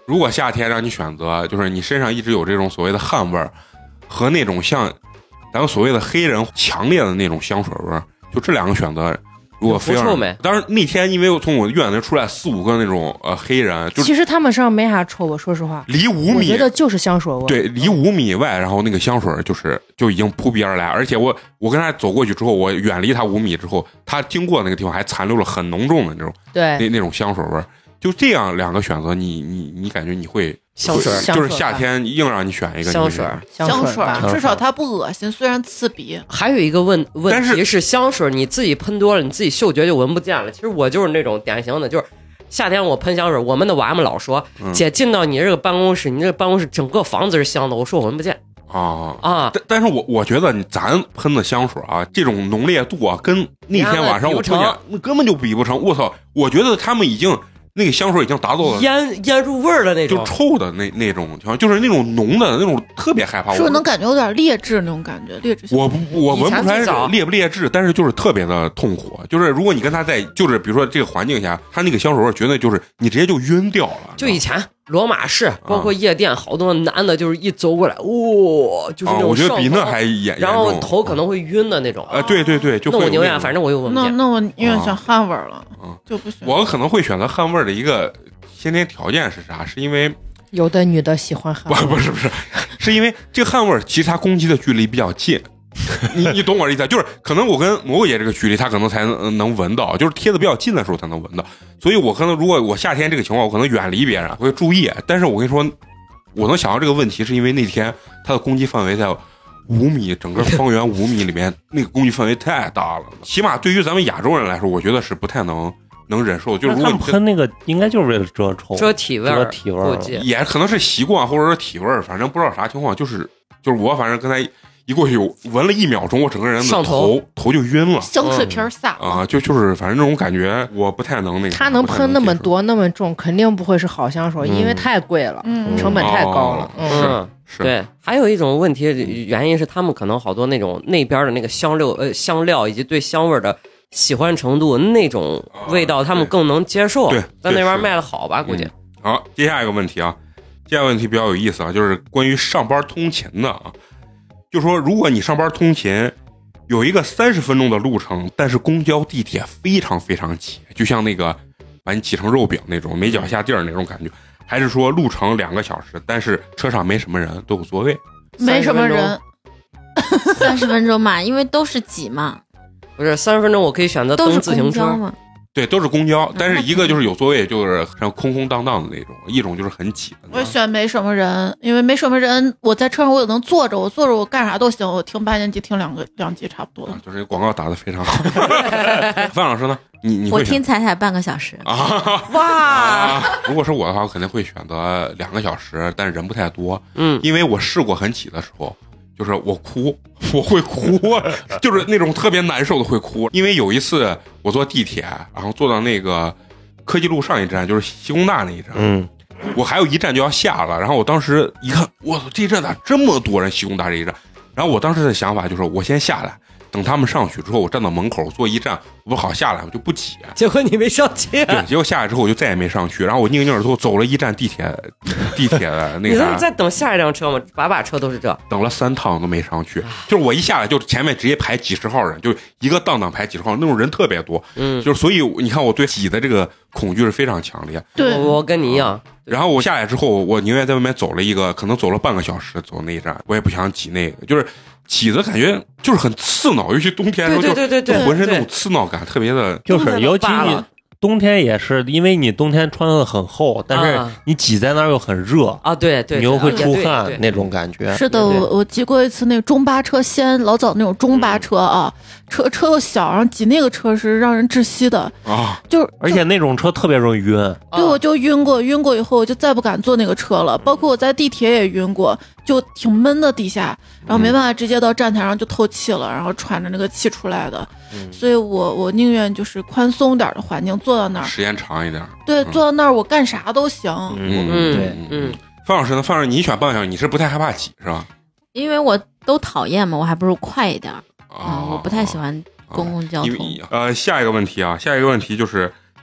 如果夏天让你选择，就是你身上一直有这种所谓的汗味儿，和那种像咱们所谓的黑人强烈的那种香水味儿，就这两个选择。如果非要，当然那天因为我从我的院子出来四五个那种呃黑人，就其实他们身上没啥臭味，说实话， 离五米， 我觉得就是香水味。 对，离五米外，然后那个香水就是就已经扑鼻而来，而且我我跟他走过去之后，我远离他五米之后，他经过那个地方还残留了很浓重的那种对那那种香水味。就这样两个选择，你你你感觉你会香水， 就是夏天硬让你选一个香水， 香水， 至少它不恶心，虽然刺鼻。 还有一个问问题是，香水你自己喷多了，你自己嗅觉就闻不见了。其实我就是那种典型的，就是夏天我喷香水，我们的娃们老说， 嗯、 姐进到你这个办公室，你这个办公室整个房子是香的，我说我闻不见。 啊啊！ 但但是我我觉得你咱喷的香水啊，这种浓烈度啊，跟那天晚上我碰见根本就比不成。我操！我觉得他们已经。那个香水已经达到了腌腌入味儿的那种， 就臭的那那种，就是那种浓的那种，特别害怕。 是不是能感觉有点劣质那种感觉？劣质。 我我闻不出来劣不劣质，但是就是特别的痛苦。就是如果你跟他在，就是比如说这个环境下，他那个香水味，绝对就是你直接就晕掉了。 就以前罗马市，包括夜店，好多男的就是一走过来，哇、哦，就是那种、 啊。我觉得比那还严， 然后头可能会晕的那种。 呃，对对对，就会那我宁愿，反正我又闻不见。 那那我宁愿选汗味了，啊、就不选。 我可能会选择汗味的一个。先天条件是啥？是因为有的女的喜欢汗味， 不不是不是，是因为这个汗味其实它攻击的距离比较近，你你懂我的意思？就是可能我跟蘑菇姐这个距离，她可能才能能闻到，就是贴的比较近的时候才能闻到。所以我可能如果我夏天这个情况，我可能远离别人，我会注意。但是我跟你说，我能想到这个问题，是因为那天它的攻击范围在五米，整个方圆五米里面，那个攻击范围太大了。起码对于咱们亚洲人来说，我觉得是不太能。能忍受，就是如果他们喷那个应该就是为了遮臭、 遮体味、 遮体味， 也可能是习惯或者说体味，反正不知道啥情况。就是就是我反正跟他一过去闻了一秒钟，我整个人的头头, 头就晕了， 香水瓶洒了、 嗯、啊，就就是反正那种感觉，我不太能那个。 他能喷那么多那么重，肯定不会是好香水，嗯、因为太贵了，嗯、成本太高了。 嗯， 嗯是是。 对，还有一种问题原因是他们可能好多那种那边的那个香料呃香料以及对香味的。喜欢程度那种味道，他们更能接受。 对， 在那边卖的好吧，估计、 嗯。好，接下一个问题啊，接下一个问题比较有意思啊，就是关于上班通勤的啊。就说如果你上班通勤有一个三十分钟的路程，但是公交、地铁非常非常挤，就像那个把你挤成肉饼那种没脚下地儿那种感觉，还是说路程两个小时，但是车上没什么人，都有座位， 没什么人， 三十分钟嘛，因为都是挤嘛。 不是三十分钟，我可以选择蹬自行车吗？ 对，都是公交，但是一个就是有座位，就是像空空荡荡的那种；一种就是很挤的。 我选没什么人，因为没什么人，我在车上我也能坐着，我坐着我干啥都行，我听八年级听两个两集差不多了、 啊。就是广告打得非常好。范老师呢？你你我听彩彩半个小时啊！ 哇、 啊！如果是我的话，我肯定会选择两个小时，但是人不太多。 嗯， 因为我试过很挤的时候。就是我哭，我会哭，就是那种特别难受的会哭。因为有一次我坐地铁，然后坐到那个科技路上一站，就是西工大那一站， 嗯， 我还有一站就要下了。然后我当时一看，我操，这一站咋这么多人？西工大这一站，然后我当时的想法就是，我先下来，等他们上去之后，我站到门口坐一站，我不好下来，我就不挤。 结果你没上去、啊， 对，结果下来之后我就再也没上去。然后我宁宁儿都走了一站地铁，地铁的那个。 你是在等下一辆车吗？把把车都是这。 等了三趟都没上去，就是我一下来就前面直接排几十号人，就一个档档排几十号，那种人特别多。嗯，就是所以你看我对挤的这个恐惧是非常强烈。 对， 我跟你一样。 然后我下来之后，我宁愿在外面走了一个，可能走了半个小时走那一站，我也不想挤那个，就是挤的感觉就是很刺挠，尤其冬天的时候， 对对对对对， 浑身那种刺挠感特别的， 就是尤其你冬天也是，因为你冬天穿的很厚，但是你挤在那儿又很热啊，对对， 你又会出汗那种感觉。 是的，我我挤过一次那个中巴车，西安老早那种中巴车啊，车车又小，然后挤那个车是让人窒息的啊， 就是而且那种车特别容易晕。 对，我就晕过，晕过以后我就再不敢坐那个车了。包括我在地铁也晕过，就挺闷的底下，然后没办法直接到站台上就透气了，然后喘着那个气出来的。嗯、所以我我宁愿就是宽松点的环境，坐到那儿时间长一点。 对，坐到那儿我干啥都行。 嗯， 嗯对，嗯。范老师呢？范老师，你选半个小时，你是不太害怕挤是吧？ 因为我都讨厌嘛，我还不如快一点。 啊、 嗯，我不太喜欢公共交通。 呃，下一个问题啊，下一个问题就是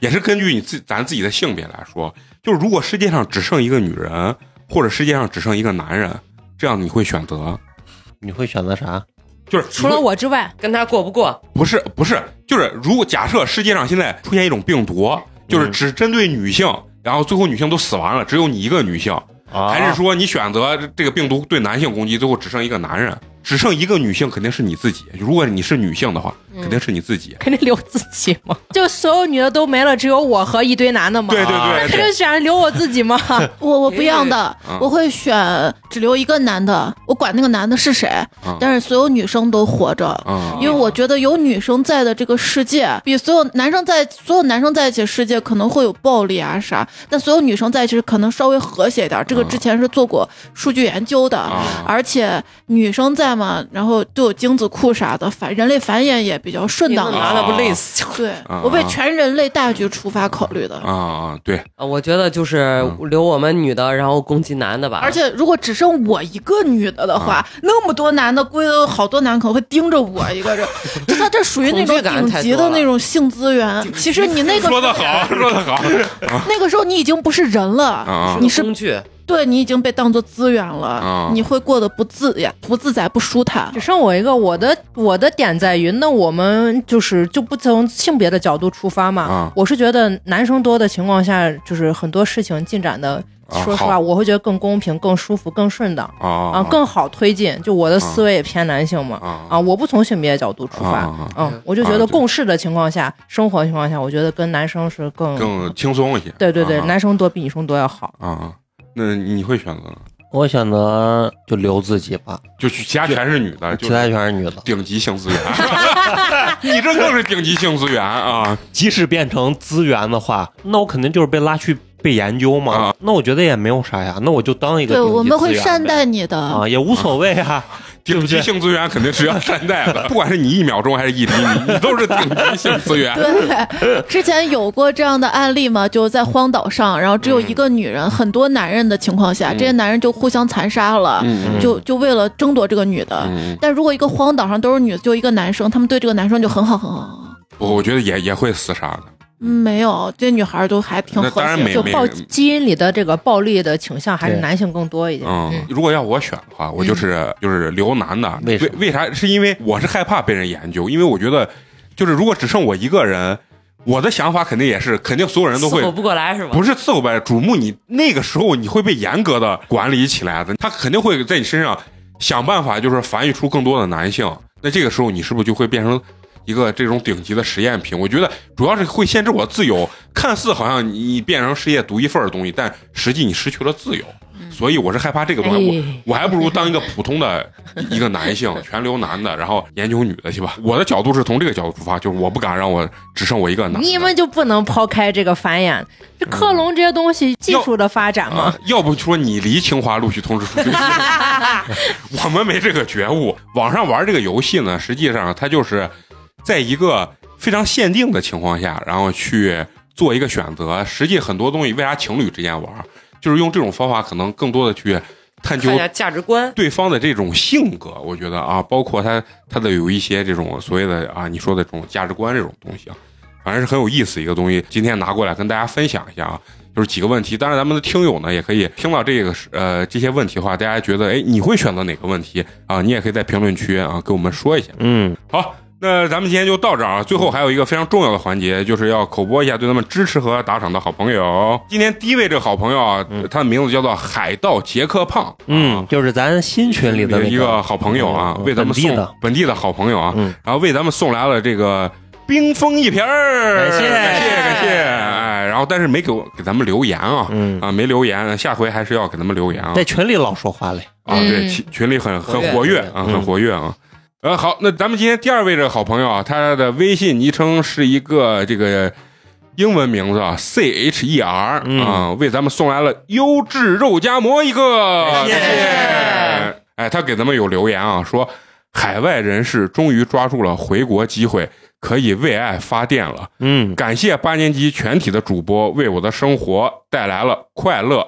也是根据你自咱自己的性别来说，就是如果世界上只剩一个女人，或者世界上只剩一个男人，这样你会选择？ 你会选择啥？ 就是除了我之外， 跟他过不过？ 不是不是，就是如果假设世界上现在出现一种病毒，就是只针对女性，然后最后女性都死完了，只有你一个女性， 啊、 还是说你选择这个病毒对男性攻击，最后只剩一个男人？只剩一个女性，肯定是你自己。如果你是女性的话，肯定是你自己， 肯定留自己嘛。就所有女的都没了，只有我和一堆男的嘛。 对对对， 那肯定选留我自己嘛。 我我不一样的，我会选只留一个男的，我管那个男的是谁，但是所有女生都活着，因为我觉得有女生在的这个世界，比所有男生在所有男生在一起的世界可能会有暴力啊啥，但所有女生在一起可能稍微和谐一点。这个之前是做过数据研究的，而且女生在嘛，然后都有精子库啥的，繁人类繁衍也比较顺当的， 男的不累死？ 对，我为全人类大局出发考虑的。 啊啊，对， 我觉得就是留我们女的，然后攻击男的吧。 而且如果只剩我一个女的的话，那么多男的，估计好多男可能会盯着我一个人，就他这属于那种顶级的那种性资源。其实你那个说的好，说的好， 那个时候你已经不是人了，你是工具。 对，你已经被当做资源了，嗯、你会过得不自呀、不自在、不舒坦。 只剩我一个，我的我的点在于，那我们就是就不从性别的角度出发嘛。 嗯、 我是觉得男生多的情况下，就是很多事情进展的，啊、说实话，我会觉得更公平、更舒服、更顺当啊，啊更好推进。就我的思维也偏男性嘛，啊，啊我不从性别角度出发， 啊、 嗯，我就觉得共事的情况下、啊、生活情况下，我觉得跟男生是更更轻松一些。 对对对， 啊、 男生多比女生多要好啊。那你会选择呢？ 我选择就留自己吧， 就其他全是女的， 其他全是女的， 顶级性资源。你这更是顶级性资源啊！ 即使变成资源的话，那我肯定就是被拉去被研究嘛。 啊、 那我觉得也没有啥呀，那我就当一个对，我们会善待你的啊，也无所谓啊。 顶级性资源肯定是要善待的，不管是你一秒钟还是一厘米，你都是顶级性资源。 对，之前有过这样的案例嘛，就在荒岛上，然后只有一个女人，嗯、很多男人的情况下，嗯、这些男人就互相残杀了， 嗯、 就就为了争夺这个女的。 嗯、 但如果一个荒岛上都是女的，就一个男生，他们对这个男生就很好很好。 我觉得也也会厮杀的。 没有，这女孩都还挺和谐。 就暴基因里的这个暴力的倾向还是男性更多一点。 嗯，嗯如果要我选的话，我就是、嗯、就是留男的。 为什么？ 为啥？是因为我是害怕被人研究，因为我觉得就是如果只剩我一个人，我的想法肯定也是，肯定所有人都会伺候不过来是吧？ 不是伺候不过来，瞩目你那个时候你会被严格的管理起来的，他肯定会在你身上想办法，就是繁育出更多的男性。那这个时候你是不是就会变成一个这种顶级的实验品？我觉得主要是会限制我自由，看似好像你变成世界独一份的东西，但实际你失去了自由，所以我是害怕这个东西。 哎、 我我还不如当一个普通的一个男性，全留男的，然后研究女的去吧。我的角度是从这个角度出发，就是我不敢让我只剩我一个男的。 你们就不能抛开这个繁衍？这克隆这些东西、嗯、技术的发展嘛、 啊？要不说你离清华录取通知书最近，我们没这个觉悟。网上玩这个游戏呢，实际上它就是在一个非常限定的情况下，然后去做一个选择。实际很多东西为啥情侣之间玩，就是用这种方法可能更多的去探究价值观， 对方的这种性格。我觉得啊，包括他他的有一些这种所谓的啊你说的这种价值观这种东西啊，反正是很有意思一个东西。今天拿过来跟大家分享一下啊，就是几个问题。当然咱们的听友呢也可以听到这个呃这些问题的话，大家觉得哎你会选择哪个问题啊？你也可以在评论区啊给我们说一下。 嗯， 好。那咱们今天就到这儿啊！最后还有一个非常重要的环节，就是要口播一下对他们支持和打赏的好朋友。今天第一位这个好朋友啊，嗯、他的名字叫做海盗杰克胖， 嗯，啊、就是咱新群里的、那个、 一个好朋友啊，嗯、为咱们送本地的本地的好朋友啊， 嗯、 然后为咱们送来了这个冰封一瓶儿， 感谢感谢感谢，哎，然后但是没给我给咱们留言啊， 嗯啊没留言，下回还是要给咱们留言啊， 在群里老说话嘞啊，对，群群里很很活跃啊，很活跃啊。呃，好，那咱们今天第二位这个好朋友啊，他的微信昵称是一个这个英文名字啊 ，C H E R 啊、嗯，为咱们送来了优质肉夹馍一个，谢谢。哎，他给咱们有留言啊，说海外人士终于抓住了回国机会，可以为爱发电了。 嗯， 感谢八年级全体的主播为我的生活带来了快乐、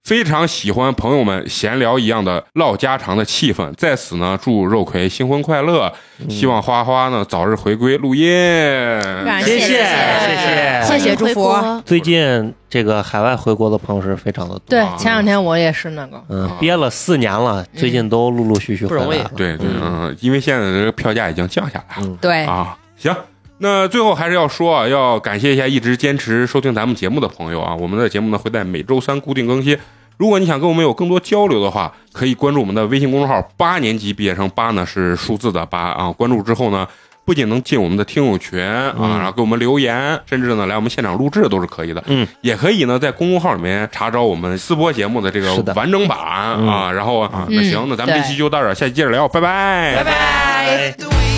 非常喜欢朋友们闲聊一样的唠家常的气氛，在此呢祝肉葵新婚快乐，嗯、希望花花呢早日回归录音。 谢谢谢谢谢谢祝福。 最近这个海外回国的朋友是非常的多， 对，前两天我也是那个， 嗯，憋了四年了，最近都陆陆续续回来了。 不容易， 对对，嗯，因为现在的这个票价已经降下来了， 嗯、 对啊，行。那最后还是要说啊，要感谢一下一直坚持收听咱们节目的朋友啊，我们的节目呢会在每周三固定更新。如果你想跟我们有更多交流的话，可以关注我们的微信公众号“八年级毕业生”，八呢是数字的八啊。关注之后呢，不仅能进我们的听友群啊， 嗯、 然后给我们留言，甚至呢来我们现场录制都是可以的。 嗯， 也可以呢在公众号里面查找我们私播节目的这个完整版啊。然后啊，那行，那咱们这期就到这儿，下期接着聊，拜拜， 拜拜。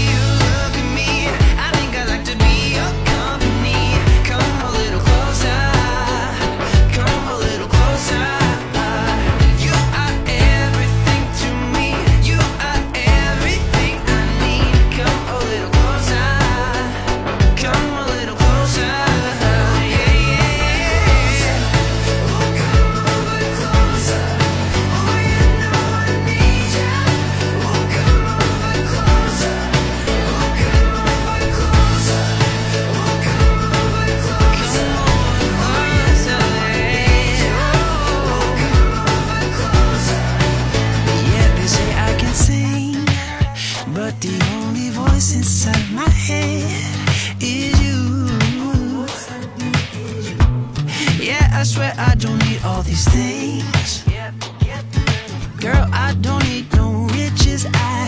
I swear I don't need all these things. Girl, I don't need no riches. I